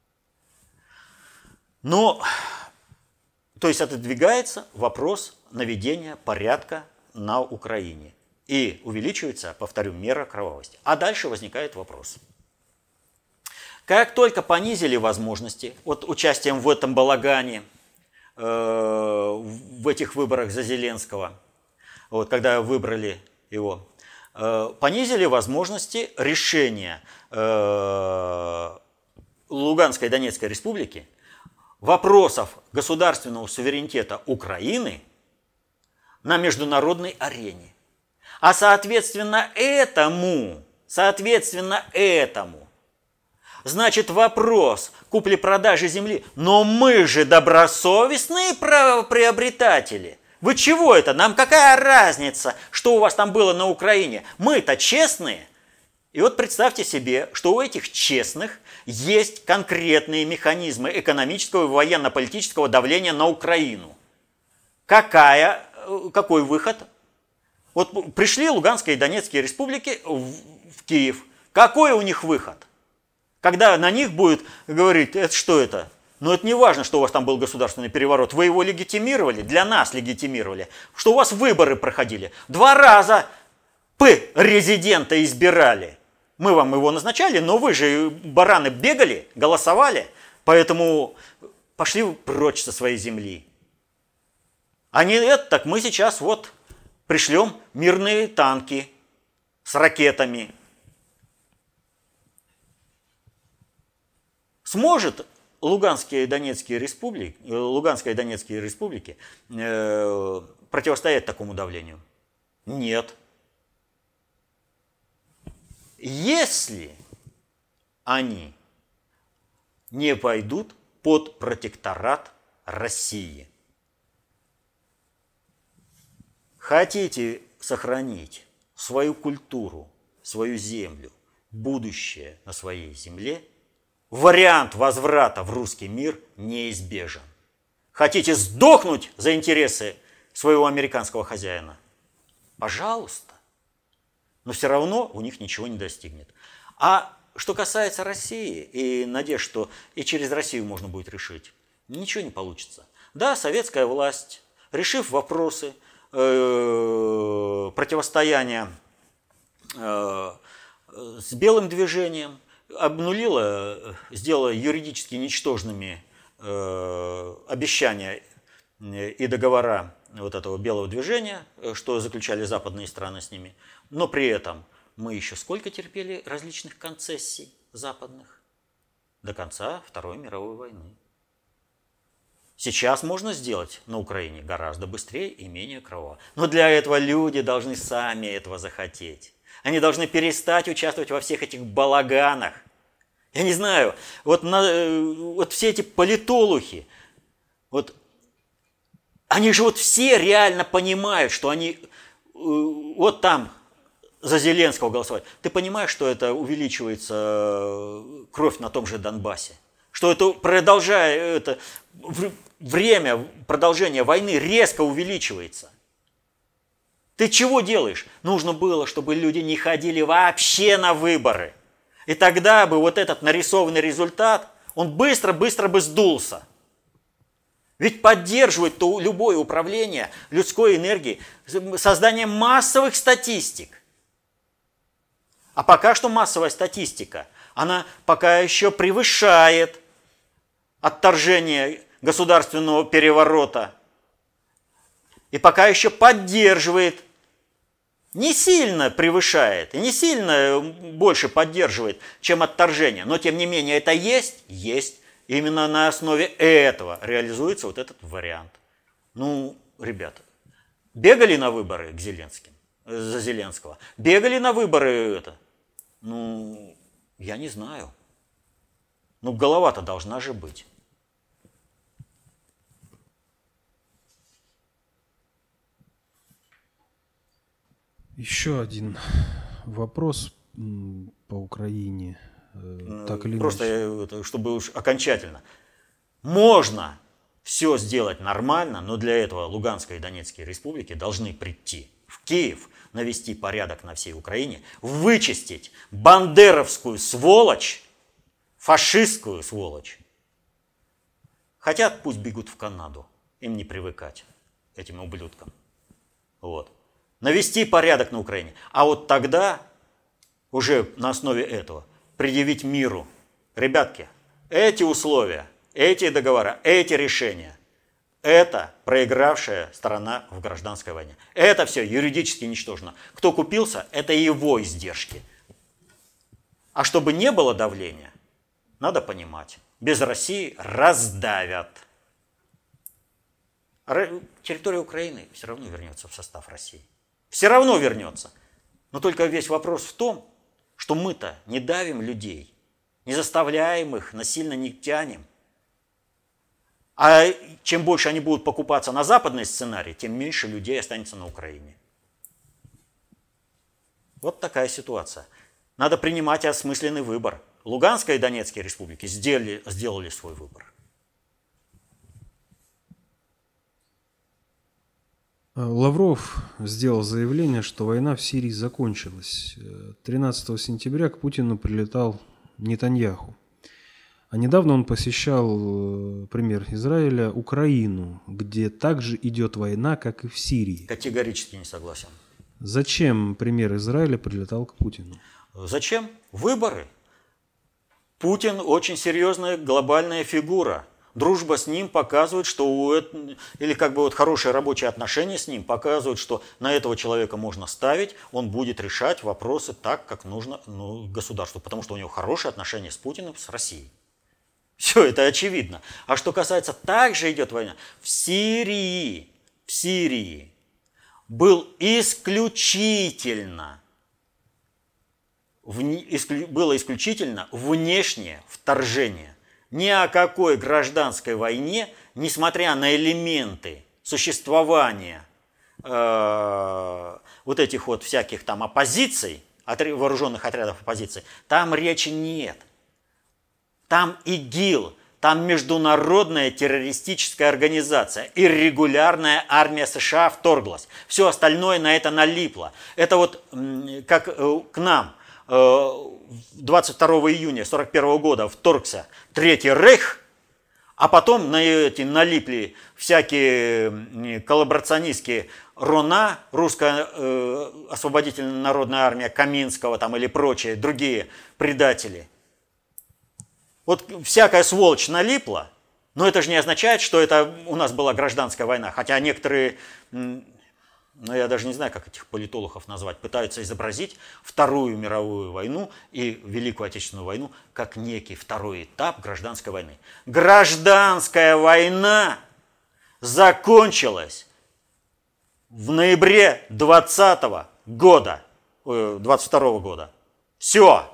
B: Но, то есть отодвигается вопрос наведения порядка на Украине. И увеличивается, повторю, мера кровавости. А дальше возникает вопрос. Как только понизили возможности, вот участием в этом балагане, э, в этих выборах за Зеленского, вот, когда выбрали его, э, понизили возможности решения э, Луганской и Донецкой республики вопросов государственного суверенитета Украины на международной арене. А соответственно этому, соответственно этому, значит, вопрос купли-продажи земли. Но мы же добросовестные правоприобретатели. Вы чего это? Нам какая разница, что у вас там было на Украине? Мы-то честные. И вот представьте себе, что у этих честных есть конкретные механизмы экономического и военно-политического давления на Украину. Какая, какой выход? Вот пришли Луганская и Донецкие республики в, в Киев. Какой у них выход? Когда на них будет говорить, это что это? Но это не важно, что у вас там был государственный переворот. Вы его легитимировали, для нас легитимировали. Что у вас выборы проходили. Два раза П резидента избирали. Мы вам его назначали, но вы же, бараны, бегали, голосовали. Поэтому пошли прочь со своей земли. А не это, так мы сейчас вот пришлем мирные танки с ракетами. Сможет Луганские и Донецкие республики, Луганская и Донецкие республики э, противостоять такому давлению? Нет. Если они не пойдут под протекторат России. Хотите сохранить свою культуру, свою землю, будущее на своей земле, вариант возврата в русский мир неизбежен. Хотите сдохнуть за интересы своего американского хозяина? Пожалуйста. Но все равно у них ничего не достигнет. А что касается России и надежд, что и через Россию можно будет решить, ничего не получится. Да, советская власть, решив вопросы э, противостояния э, с белым движением, обнулила, сделала юридически ничтожными э, обещания и договора вот этого белого движения, что заключали западные страны с ними, но при этом мы еще сколько терпели различных концессий западных? До конца Второй мировой войны. Сейчас можно сделать на Украине гораздо быстрее и менее кроваво. Но для этого люди должны сами этого захотеть. Они должны перестать участвовать во всех этих балаганах. Я не знаю, вот, на, вот все эти политологи, вот, они же вот все реально понимают, что они вот там за Зеленского голосовать. Ты понимаешь, что это увеличивается кровь на том же Донбассе? Что это, продолжая это, время продолжения войны резко увеличивается. Ты чего делаешь? Нужно было, чтобы люди не ходили вообще на выборы. И тогда бы вот этот нарисованный результат, он быстро-быстро бы сдулся. Ведь поддерживает то любое управление людской энергией созданием массовых статистик. А пока что массовая статистика, она пока еще превышает отторжение государственного переворота. И пока еще поддерживает, не сильно превышает, и не сильно больше поддерживает, чем отторжение. Но тем не менее это есть, есть. Именно на основе этого реализуется вот этот вариант. Ну, ребята, бегали на выборы к Зеленским, за Зеленского? Бегали на выборы это? Ну, я не знаю. Ну, голова-то должна же быть.
A: Еще один вопрос по Украине. Так или
B: Просто,
A: иначе.
B: чтобы уж окончательно. Можно все сделать нормально, но для этого Луганская и Донецкие республики должны прийти в Киев, навести порядок на всей Украине, вычистить бандеровскую сволочь, фашистскую сволочь. Хотят, пусть бегут в Канаду, им не привыкать, этим ублюдкам. Вот. Навести порядок на Украине. А вот тогда, уже на основе этого, предъявить миру. Ребятки, эти условия, эти договора, эти решения, это проигравшая сторона в гражданской войне. Это все юридически ничтожно. Кто купился, это его издержки. А чтобы не было давления, надо понимать, без России раздавят. Территория Украины все равно вернется в состав России. Все равно вернется. Но только весь вопрос в том, что мы-то не давим людей, не заставляем их, насильно не тянем. А чем больше они будут покупаться на западный сценарий, тем меньше людей останется на Украине. Вот такая ситуация. Надо принимать осмысленный выбор. Луганская и Донецкие республики сделали, сделали свой выбор.
A: Лавров сделал заявление, что война в Сирии закончилась. тринадцатого сентября к Путину прилетал Нетаньяху. А недавно он посещал, премьер Израиля, Украину, где также идет война, как и в Сирии.
B: Категорически не согласен.
A: Зачем премьер Израиля прилетал к Путину?
B: Зачем? Выборы. Путин очень серьезная глобальная фигура. Дружба с ним показывает, что у этого, или как бы вот хорошие рабочие отношения с ним показывают, что на этого человека можно ставить, он будет решать вопросы так, как нужно ну, государству, потому что у него хорошие отношения с Путиным, с Россией. Все это очевидно. А что касается, также идет война. В Сирии, в Сирии был исключительно, вне, исклю, было исключительно внешнее вторжение. Ни о какой гражданской войне, несмотря на элементы существования э, вот этих вот всяких там оппозиций, вооруженных отрядов оппозиции, там речи нет. Там ИГИЛ, там международная террористическая организация, и регулярная армия США вторглась. Все остальное на это налипло. Это вот как к нам двадцать второго июня сорок первого года вторгся Третий Рейх, а потом на эти налипли всякие коллаборационистские РОНА, Русская э, освободительная народная армия Каминского там, или прочие другие предатели. Вот всякая сволочь налипла, но это же не означает, что это у нас была гражданская война. Хотя некоторые но я даже не знаю, как этих политологов назвать, пытаются изобразить Вторую мировую войну и Великую Отечественную войну как некий второй этап гражданской войны. Гражданская война закончилась в ноябре двадцатого года, двадцать второго года. Все.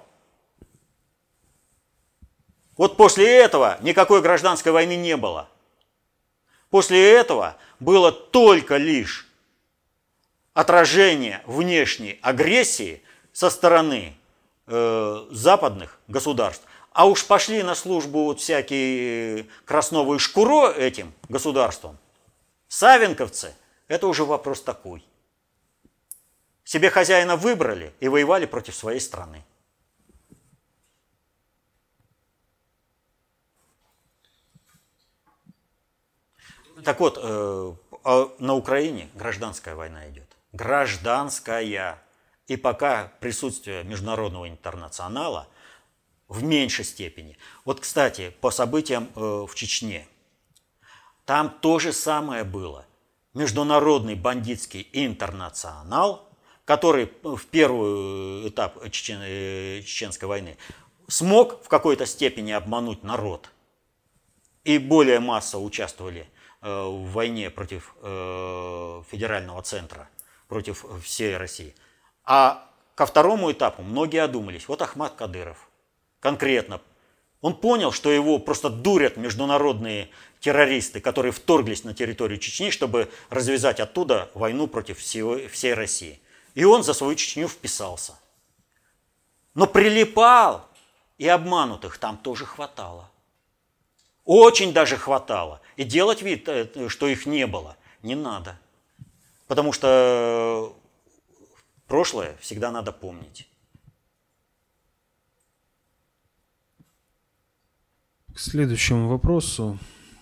B: Вот после этого никакой гражданской войны не было. После этого было только лишь отражение внешней агрессии со стороны э, западных государств. А уж пошли на службу вот всякие Красновы и Шкуро этим государствам. Савенковцы, это уже вопрос такой. Себе хозяина выбрали и воевали против своей страны. Так вот, э, на Украине гражданская война идет. Гражданская. И пока присутствие международного интернационала в меньшей степени. Вот, кстати, по событиям э, в Чечне. Там то же самое было. Международный бандитский интернационал, который в первый этап чечен, э, Чеченской войны смог в какой-то степени обмануть народ. И более массово участвовали в войне против э, федерального центра, против всей России. А ко второму этапу многие одумались. Вот Ахмат Кадыров конкретно. Он понял, что его просто дурят международные террористы, которые вторглись на территорию Чечни, чтобы развязать оттуда войну против всей, всей России. И он за свою Чечню вписался. Но прилипал, и обманутых там тоже хватало. Очень даже хватало. И делать вид, что их не было, не надо. Потому что прошлое всегда надо помнить.
A: К следующему вопросу.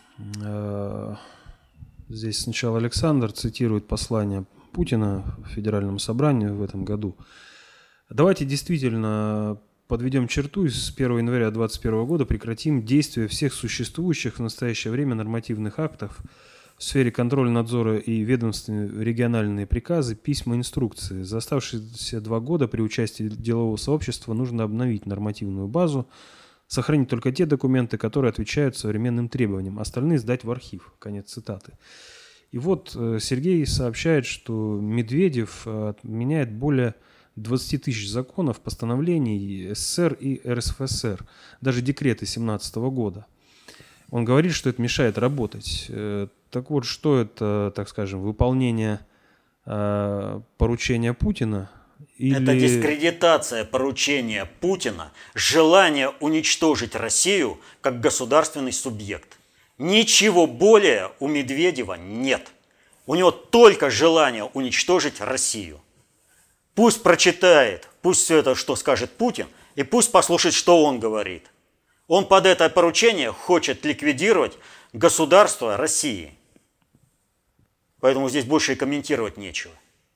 A: Здесь сначала Александр цитирует послание Путина Федеральному собранию в этом году. Давайте действительно подведем черту и с первого января две тысячи двадцать первого года прекратим действие всех существующих в настоящее время нормативных актов в сфере контроля, надзора и ведомственные региональные приказы, письма, инструкции. За оставшиеся два года при участии делового сообщества нужно обновить нормативную базу, сохранить только те документы, которые отвечают современным требованиям, остальные сдать в архив. Конец цитаты. И вот Сергей сообщает, что Медведев отменяет более двадцать тысяч законов, постановлений СССР и РСФСР, даже декреты семнадцатого года. Он говорит, что это мешает работать. Так вот, что это, так скажем, выполнение э, поручения Путина? Или...
B: Это дискредитация поручения Путина, желание уничтожить Россию как государственный субъект. Ничего более у Медведева нет. У него только желание уничтожить Россию. Пусть прочитает, пусть все это, что скажет Путин, и пусть послушает, что он говорит. Он под это поручение хочет ликвидировать государство России. Поэтому здесь больше и комментировать нечего.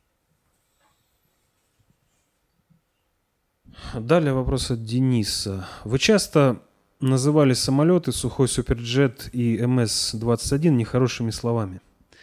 A: Далее вопрос от Дениса. Вы часто называли самолеты Сухой Суперджет и эм эс двадцать один нехорошими словами.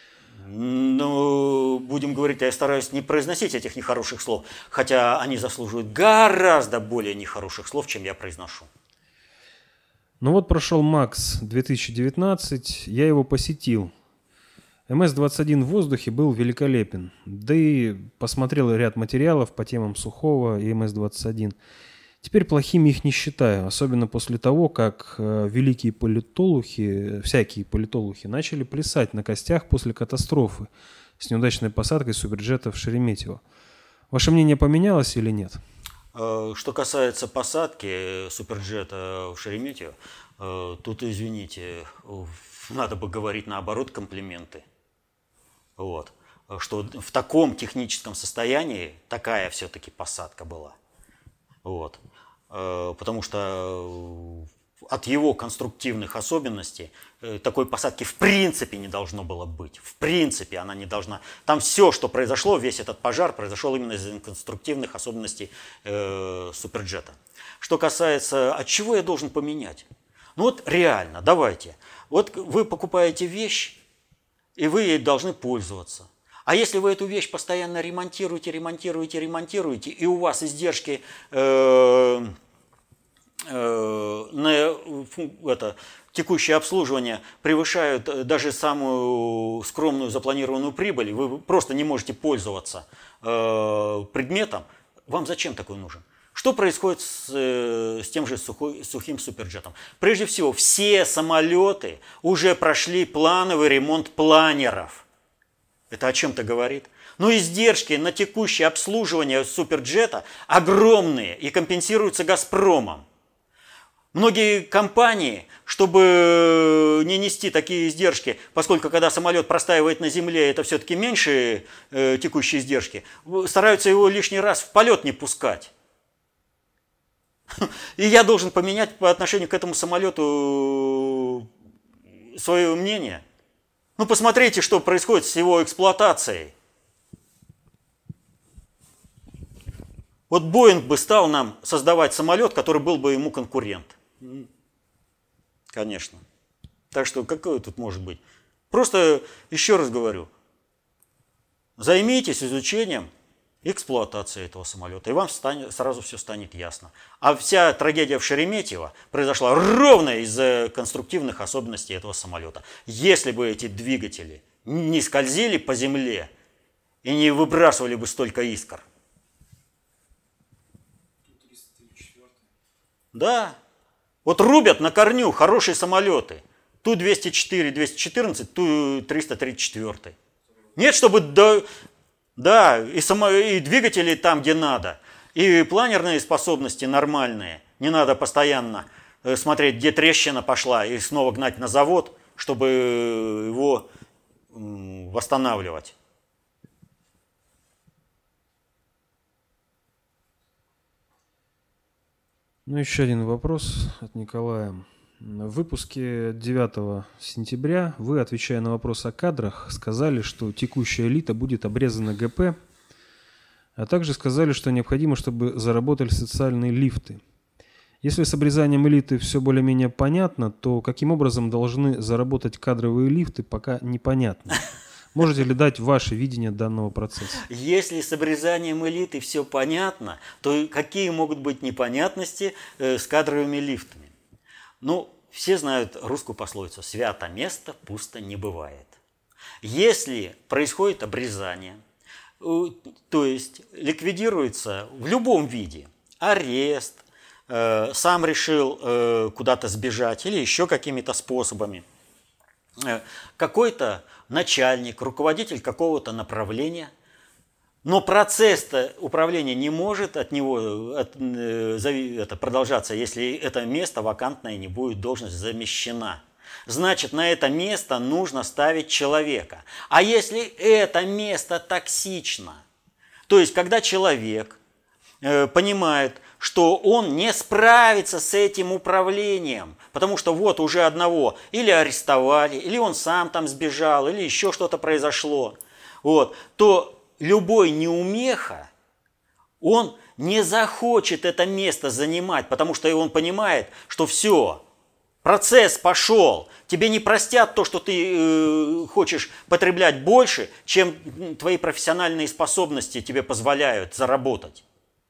B: Ну, будем говорить, я стараюсь не произносить этих нехороших слов, хотя они заслуживают гораздо более нехороших слов, чем я произношу.
A: Ну вот прошел МАКС две тысячи девятнадцать, я его посетил. эм эс двадцать один в воздухе был великолепен. Да и посмотрел ряд материалов по темам Сухого и эм эс двадцать один. Теперь плохими их не считаю, особенно после того, как э, великие политологи, всякие политологи, начали плясать на костях после катастрофы с неудачной посадкой суперджета в Шереметьево. Ваше мнение поменялось или нет?
B: Что касается посадки суперджета в Шереметьево, тут, извините, надо бы говорить наоборот комплименты. Вот. Что в таком техническом состоянии такая все-таки посадка была. Вот. Потому что от его конструктивных особенностей такой посадки в принципе не должно было быть. В принципе она не должна. Там все, что произошло, весь этот пожар произошел именно из-за конструктивных особенностей э, суперджета. Что касается, от чего я должен поменять? Ну вот реально, давайте. Вот вы покупаете вещь, и вы ей должны пользоваться. А если вы эту вещь постоянно ремонтируете, ремонтируете, ремонтируете, и у вас издержки э, э, на это, текущее обслуживание превышают даже самую скромную запланированную прибыль, вы просто не можете пользоваться э, предметом, вам зачем такой нужен? Что происходит с, с тем же сухой, сухим суперджетом? Прежде всего, все самолеты уже прошли плановый ремонт планеров. Это о чем-то говорит. Но издержки на текущее обслуживание суперджета огромные и компенсируются «Газпромом». Многие компании, чтобы не нести такие издержки, поскольку когда самолет простаивает на земле, это все-таки меньше э, текущие издержки, стараются его лишний раз в полет не пускать. И я должен поменять по отношению к этому самолету свое мнение. Ну, посмотрите, что происходит с его эксплуатацией. Вот Боинг бы стал нам создавать самолет, который был бы ему конкурент. Конечно. Так что какое тут может быть? Просто, еще раз говорю, займитесь изучением эксплуатации этого самолета, и вам станет, сразу все станет ясно. А вся трагедия в Шереметьево произошла ровно из-за конструктивных особенностей этого самолета. Если бы эти двигатели не скользили по земле и не выбрасывали бы столько искр. Да. Вот рубят на корню хорошие самолеты. Ту двести четыре, двести четырнадцать, Ту триста тридцать четыре. Нет, чтобы... До... Да, и, само, и двигатели там, где надо, и планерные способности нормальные. Не надо постоянно смотреть, где трещина пошла, и снова гнать на завод, чтобы его восстанавливать.
A: Ну, еще один вопрос от Николая. В выпуске девятого сентября вы, отвечая на вопрос о кадрах, сказали, что текущая элита будет обрезана ГП, а также сказали, что необходимо, чтобы заработали социальные лифты. Если с обрезанием элиты все более-менее понятно, то каким образом должны заработать кадровые лифты, пока непонятно. Можете ли дать ваше видение данного процесса?
B: Если с обрезанием элиты все понятно, то какие могут быть непонятности с кадровыми лифтами? Ну, все знают русскую пословицу «свято место пусто не бывает». Если происходит обрезание, то есть ликвидируется в любом виде арест, сам решил куда-то сбежать или еще какими-то способами, какой-то начальник, руководитель какого-то направления, но процесс-то управления не может от него от, это, продолжаться, если это место вакантное не будет, должность замещена. Значит, на это место нужно ставить человека. А если это место токсично, то есть когда человек э, понимает, что он не справится с этим управлением, потому что вот уже одного или арестовали, или он сам там сбежал, или еще что-то произошло, вот, то любой неумеха, он не захочет это место занимать, потому что он понимает, что все, процесс пошел, тебе не простят то, что ты э, хочешь потреблять больше, чем твои профессиональные способности тебе позволяют заработать.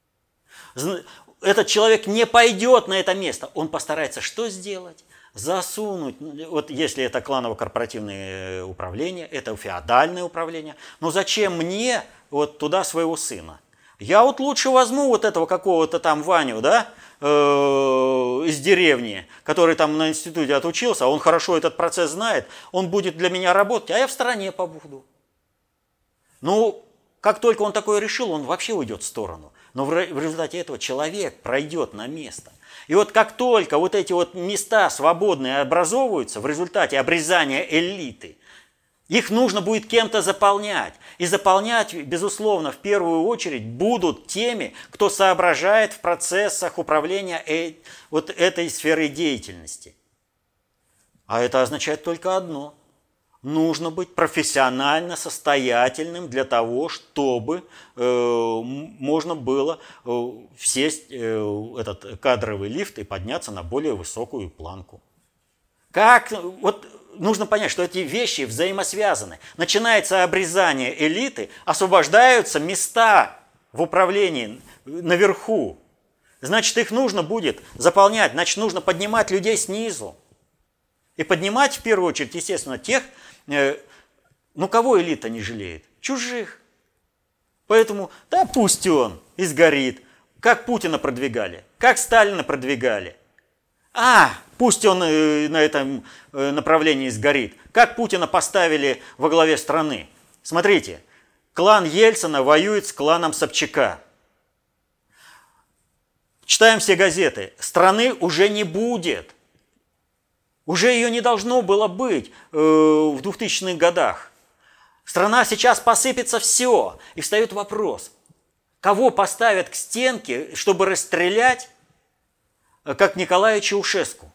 B: Этот человек не пойдет на это место, он постарается что сделать? Засунуть, вот если это кланово-корпоративное управление, это феодальное управление, но зачем мне вот туда своего сына? Я вот лучше возьму вот этого какого-то там Ваню, да, э, из деревни, который там на институте отучился, он хорошо этот процесс знает, он будет для меня работать, а я в стороне побуду. Ну, как только он такое решил, он вообще уйдет в сторону. Но в результате этого человек пройдет на место. И вот как только вот эти вот места свободные образовываются в результате обрезания элиты, их нужно будет кем-то заполнять. И заполнять, безусловно, в первую очередь будут теми, кто соображает в процессах управления э, вот этой сферой деятельности. А это означает только одно. Нужно быть профессионально состоятельным для того, чтобы э, можно было э, сесть э, этот кадровый лифт и подняться на более высокую планку. Как, вот нужно понять, что эти вещи взаимосвязаны. Начинается обрезание элиты, освобождаются места в управлении наверху. Значит, их нужно будет заполнять, значит, нужно поднимать людей снизу. И поднимать в первую очередь, естественно, тех, э, ну кого элита не жалеет? Чужих. Поэтому, да пусть он и сгорит. Как Путина продвигали, как Сталина продвигали. А, пусть он э, на этом э, направлении сгорит. Как Путина поставили во главе страны. Смотрите, клан Ельцина воюет с кланом Собчака. Читаем все газеты. Страны уже не будет. Уже ее не должно было быть э, в двухтысячных годах. Страна сейчас посыпется все. И встает вопрос, кого поставят к стенке, чтобы расстрелять, как Николая Чаушеску.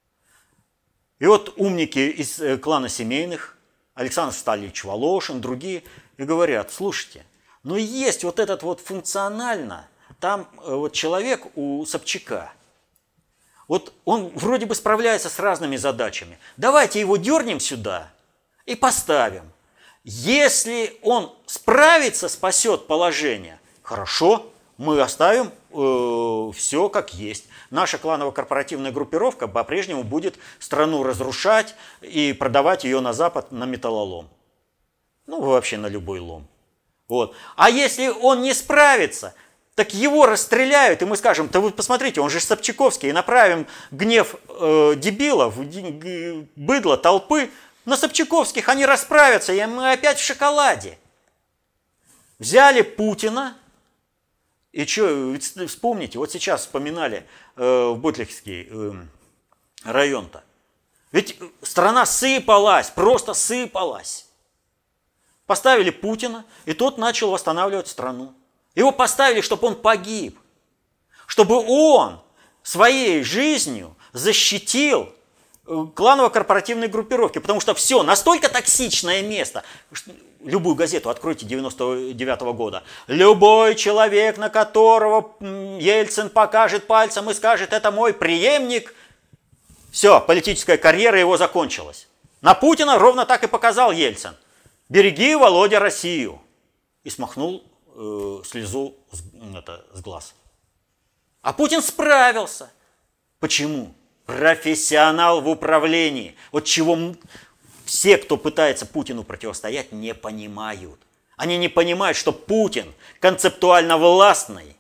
B: И вот умники из клана семейных, Александр Сталич Волошин, другие, и говорят, слушайте, ну есть вот этот вот функционально, там вот человек у Собчака, вот он вроде бы справляется с разными задачами, давайте его дернем сюда и поставим. Если он справится, спасет положение, хорошо, мы оставим э, все как есть. Наша кланово-корпоративная группировка по-прежнему будет страну разрушать и продавать ее на Запад на металлолом. Ну, вообще на любой лом. Вот. А если он не справится, так его расстреляют, и мы скажем, да вы посмотрите, он же Собчаковский, и направим гнев э, дебилов, быдла, толпы на Собчаковских, они расправятся, и мы опять в шоколаде. Взяли Путина, и что, вспомните, вот сейчас вспоминали э, в Ботлихский э, район-то. Ведь страна сыпалась, просто сыпалась. Поставили Путина, и тот начал восстанавливать страну. Его поставили, чтобы он погиб. Чтобы он своей жизнью защитил кланово-корпоративной группировки. Потому что все, настолько токсичное место. Любую газету откройте девяносто девятого года. Любой человек, на которого Ельцин покажет пальцем и скажет, это мой преемник, все, политическая карьера его закончилась. На Путина ровно так и показал Ельцин. Береги, Володя, Россию. И смахнул э, слезу с, это, с глаз. А Путин справился. Почему? Профессионал в управлении. Вот чего все, кто пытается Путину противостоять, не понимают. Они не понимают, что Путин концептуально властный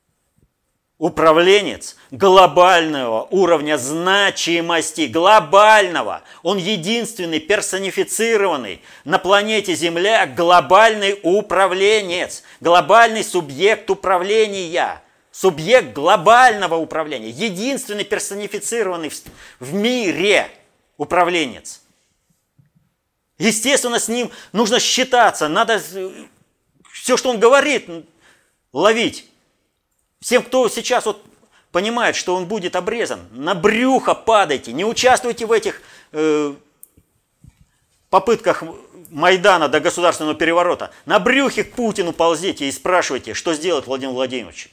B: управленец глобального уровня значимости, глобального. Он единственный персонифицированный на планете Земля глобальный управленец, глобальный субъект управления. Субъект глобального управления, единственный персонифицированный в, в мире управленец. Естественно, с ним нужно считаться, надо все, что он говорит, ловить. Всем, кто сейчас вот понимает, что он будет обрезан, на брюхо падайте, не участвуйте в этих э, попытках Майдана до государственного переворота. На брюхе к Путину ползите и спрашивайте, что сделать Владимир Владимирович.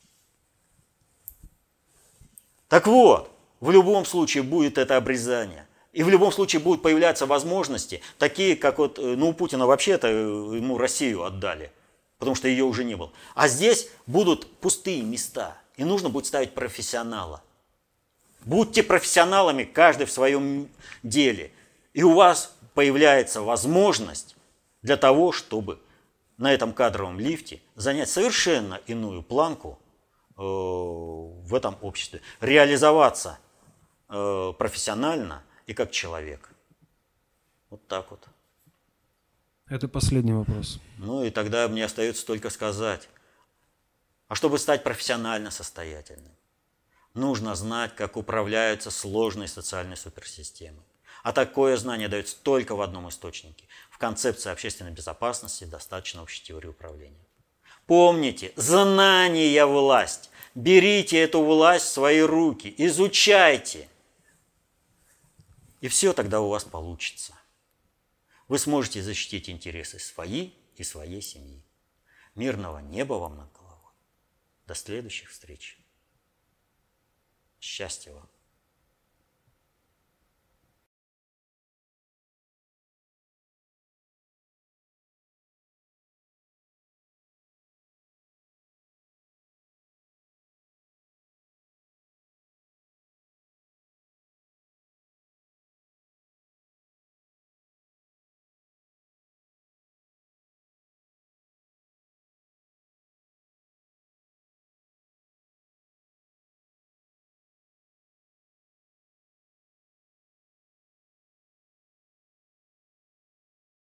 B: Так вот, в любом случае будет это обрезание. И в любом случае будут появляться возможности, такие, как вот, ну, у Путина вообще-то ему Россию отдали, потому что ее уже не было. А здесь будут пустые места, и нужно будет ставить профессионала. Будьте профессионалами, каждый в своем деле. И у вас появляется возможность для того, чтобы на этом кадровом лифте занять совершенно иную планку в этом обществе, реализоваться э, профессионально и как человек. Вот так вот.
A: Это последний вопрос.
B: Ну и тогда мне остается только сказать, а чтобы стать профессионально состоятельным, нужно знать, как управляются сложные социальные суперсистемы. А такое знание дается только в одном источнике, в концепции общественной безопасности достаточно общей теории управления. Помните, знание – власть. Берите эту власть в свои руки, изучайте. И все тогда у вас получится. Вы сможете защитить интересы свои и своей семьи. Мирного неба вам над головой. До следующих встреч. Счастья вам.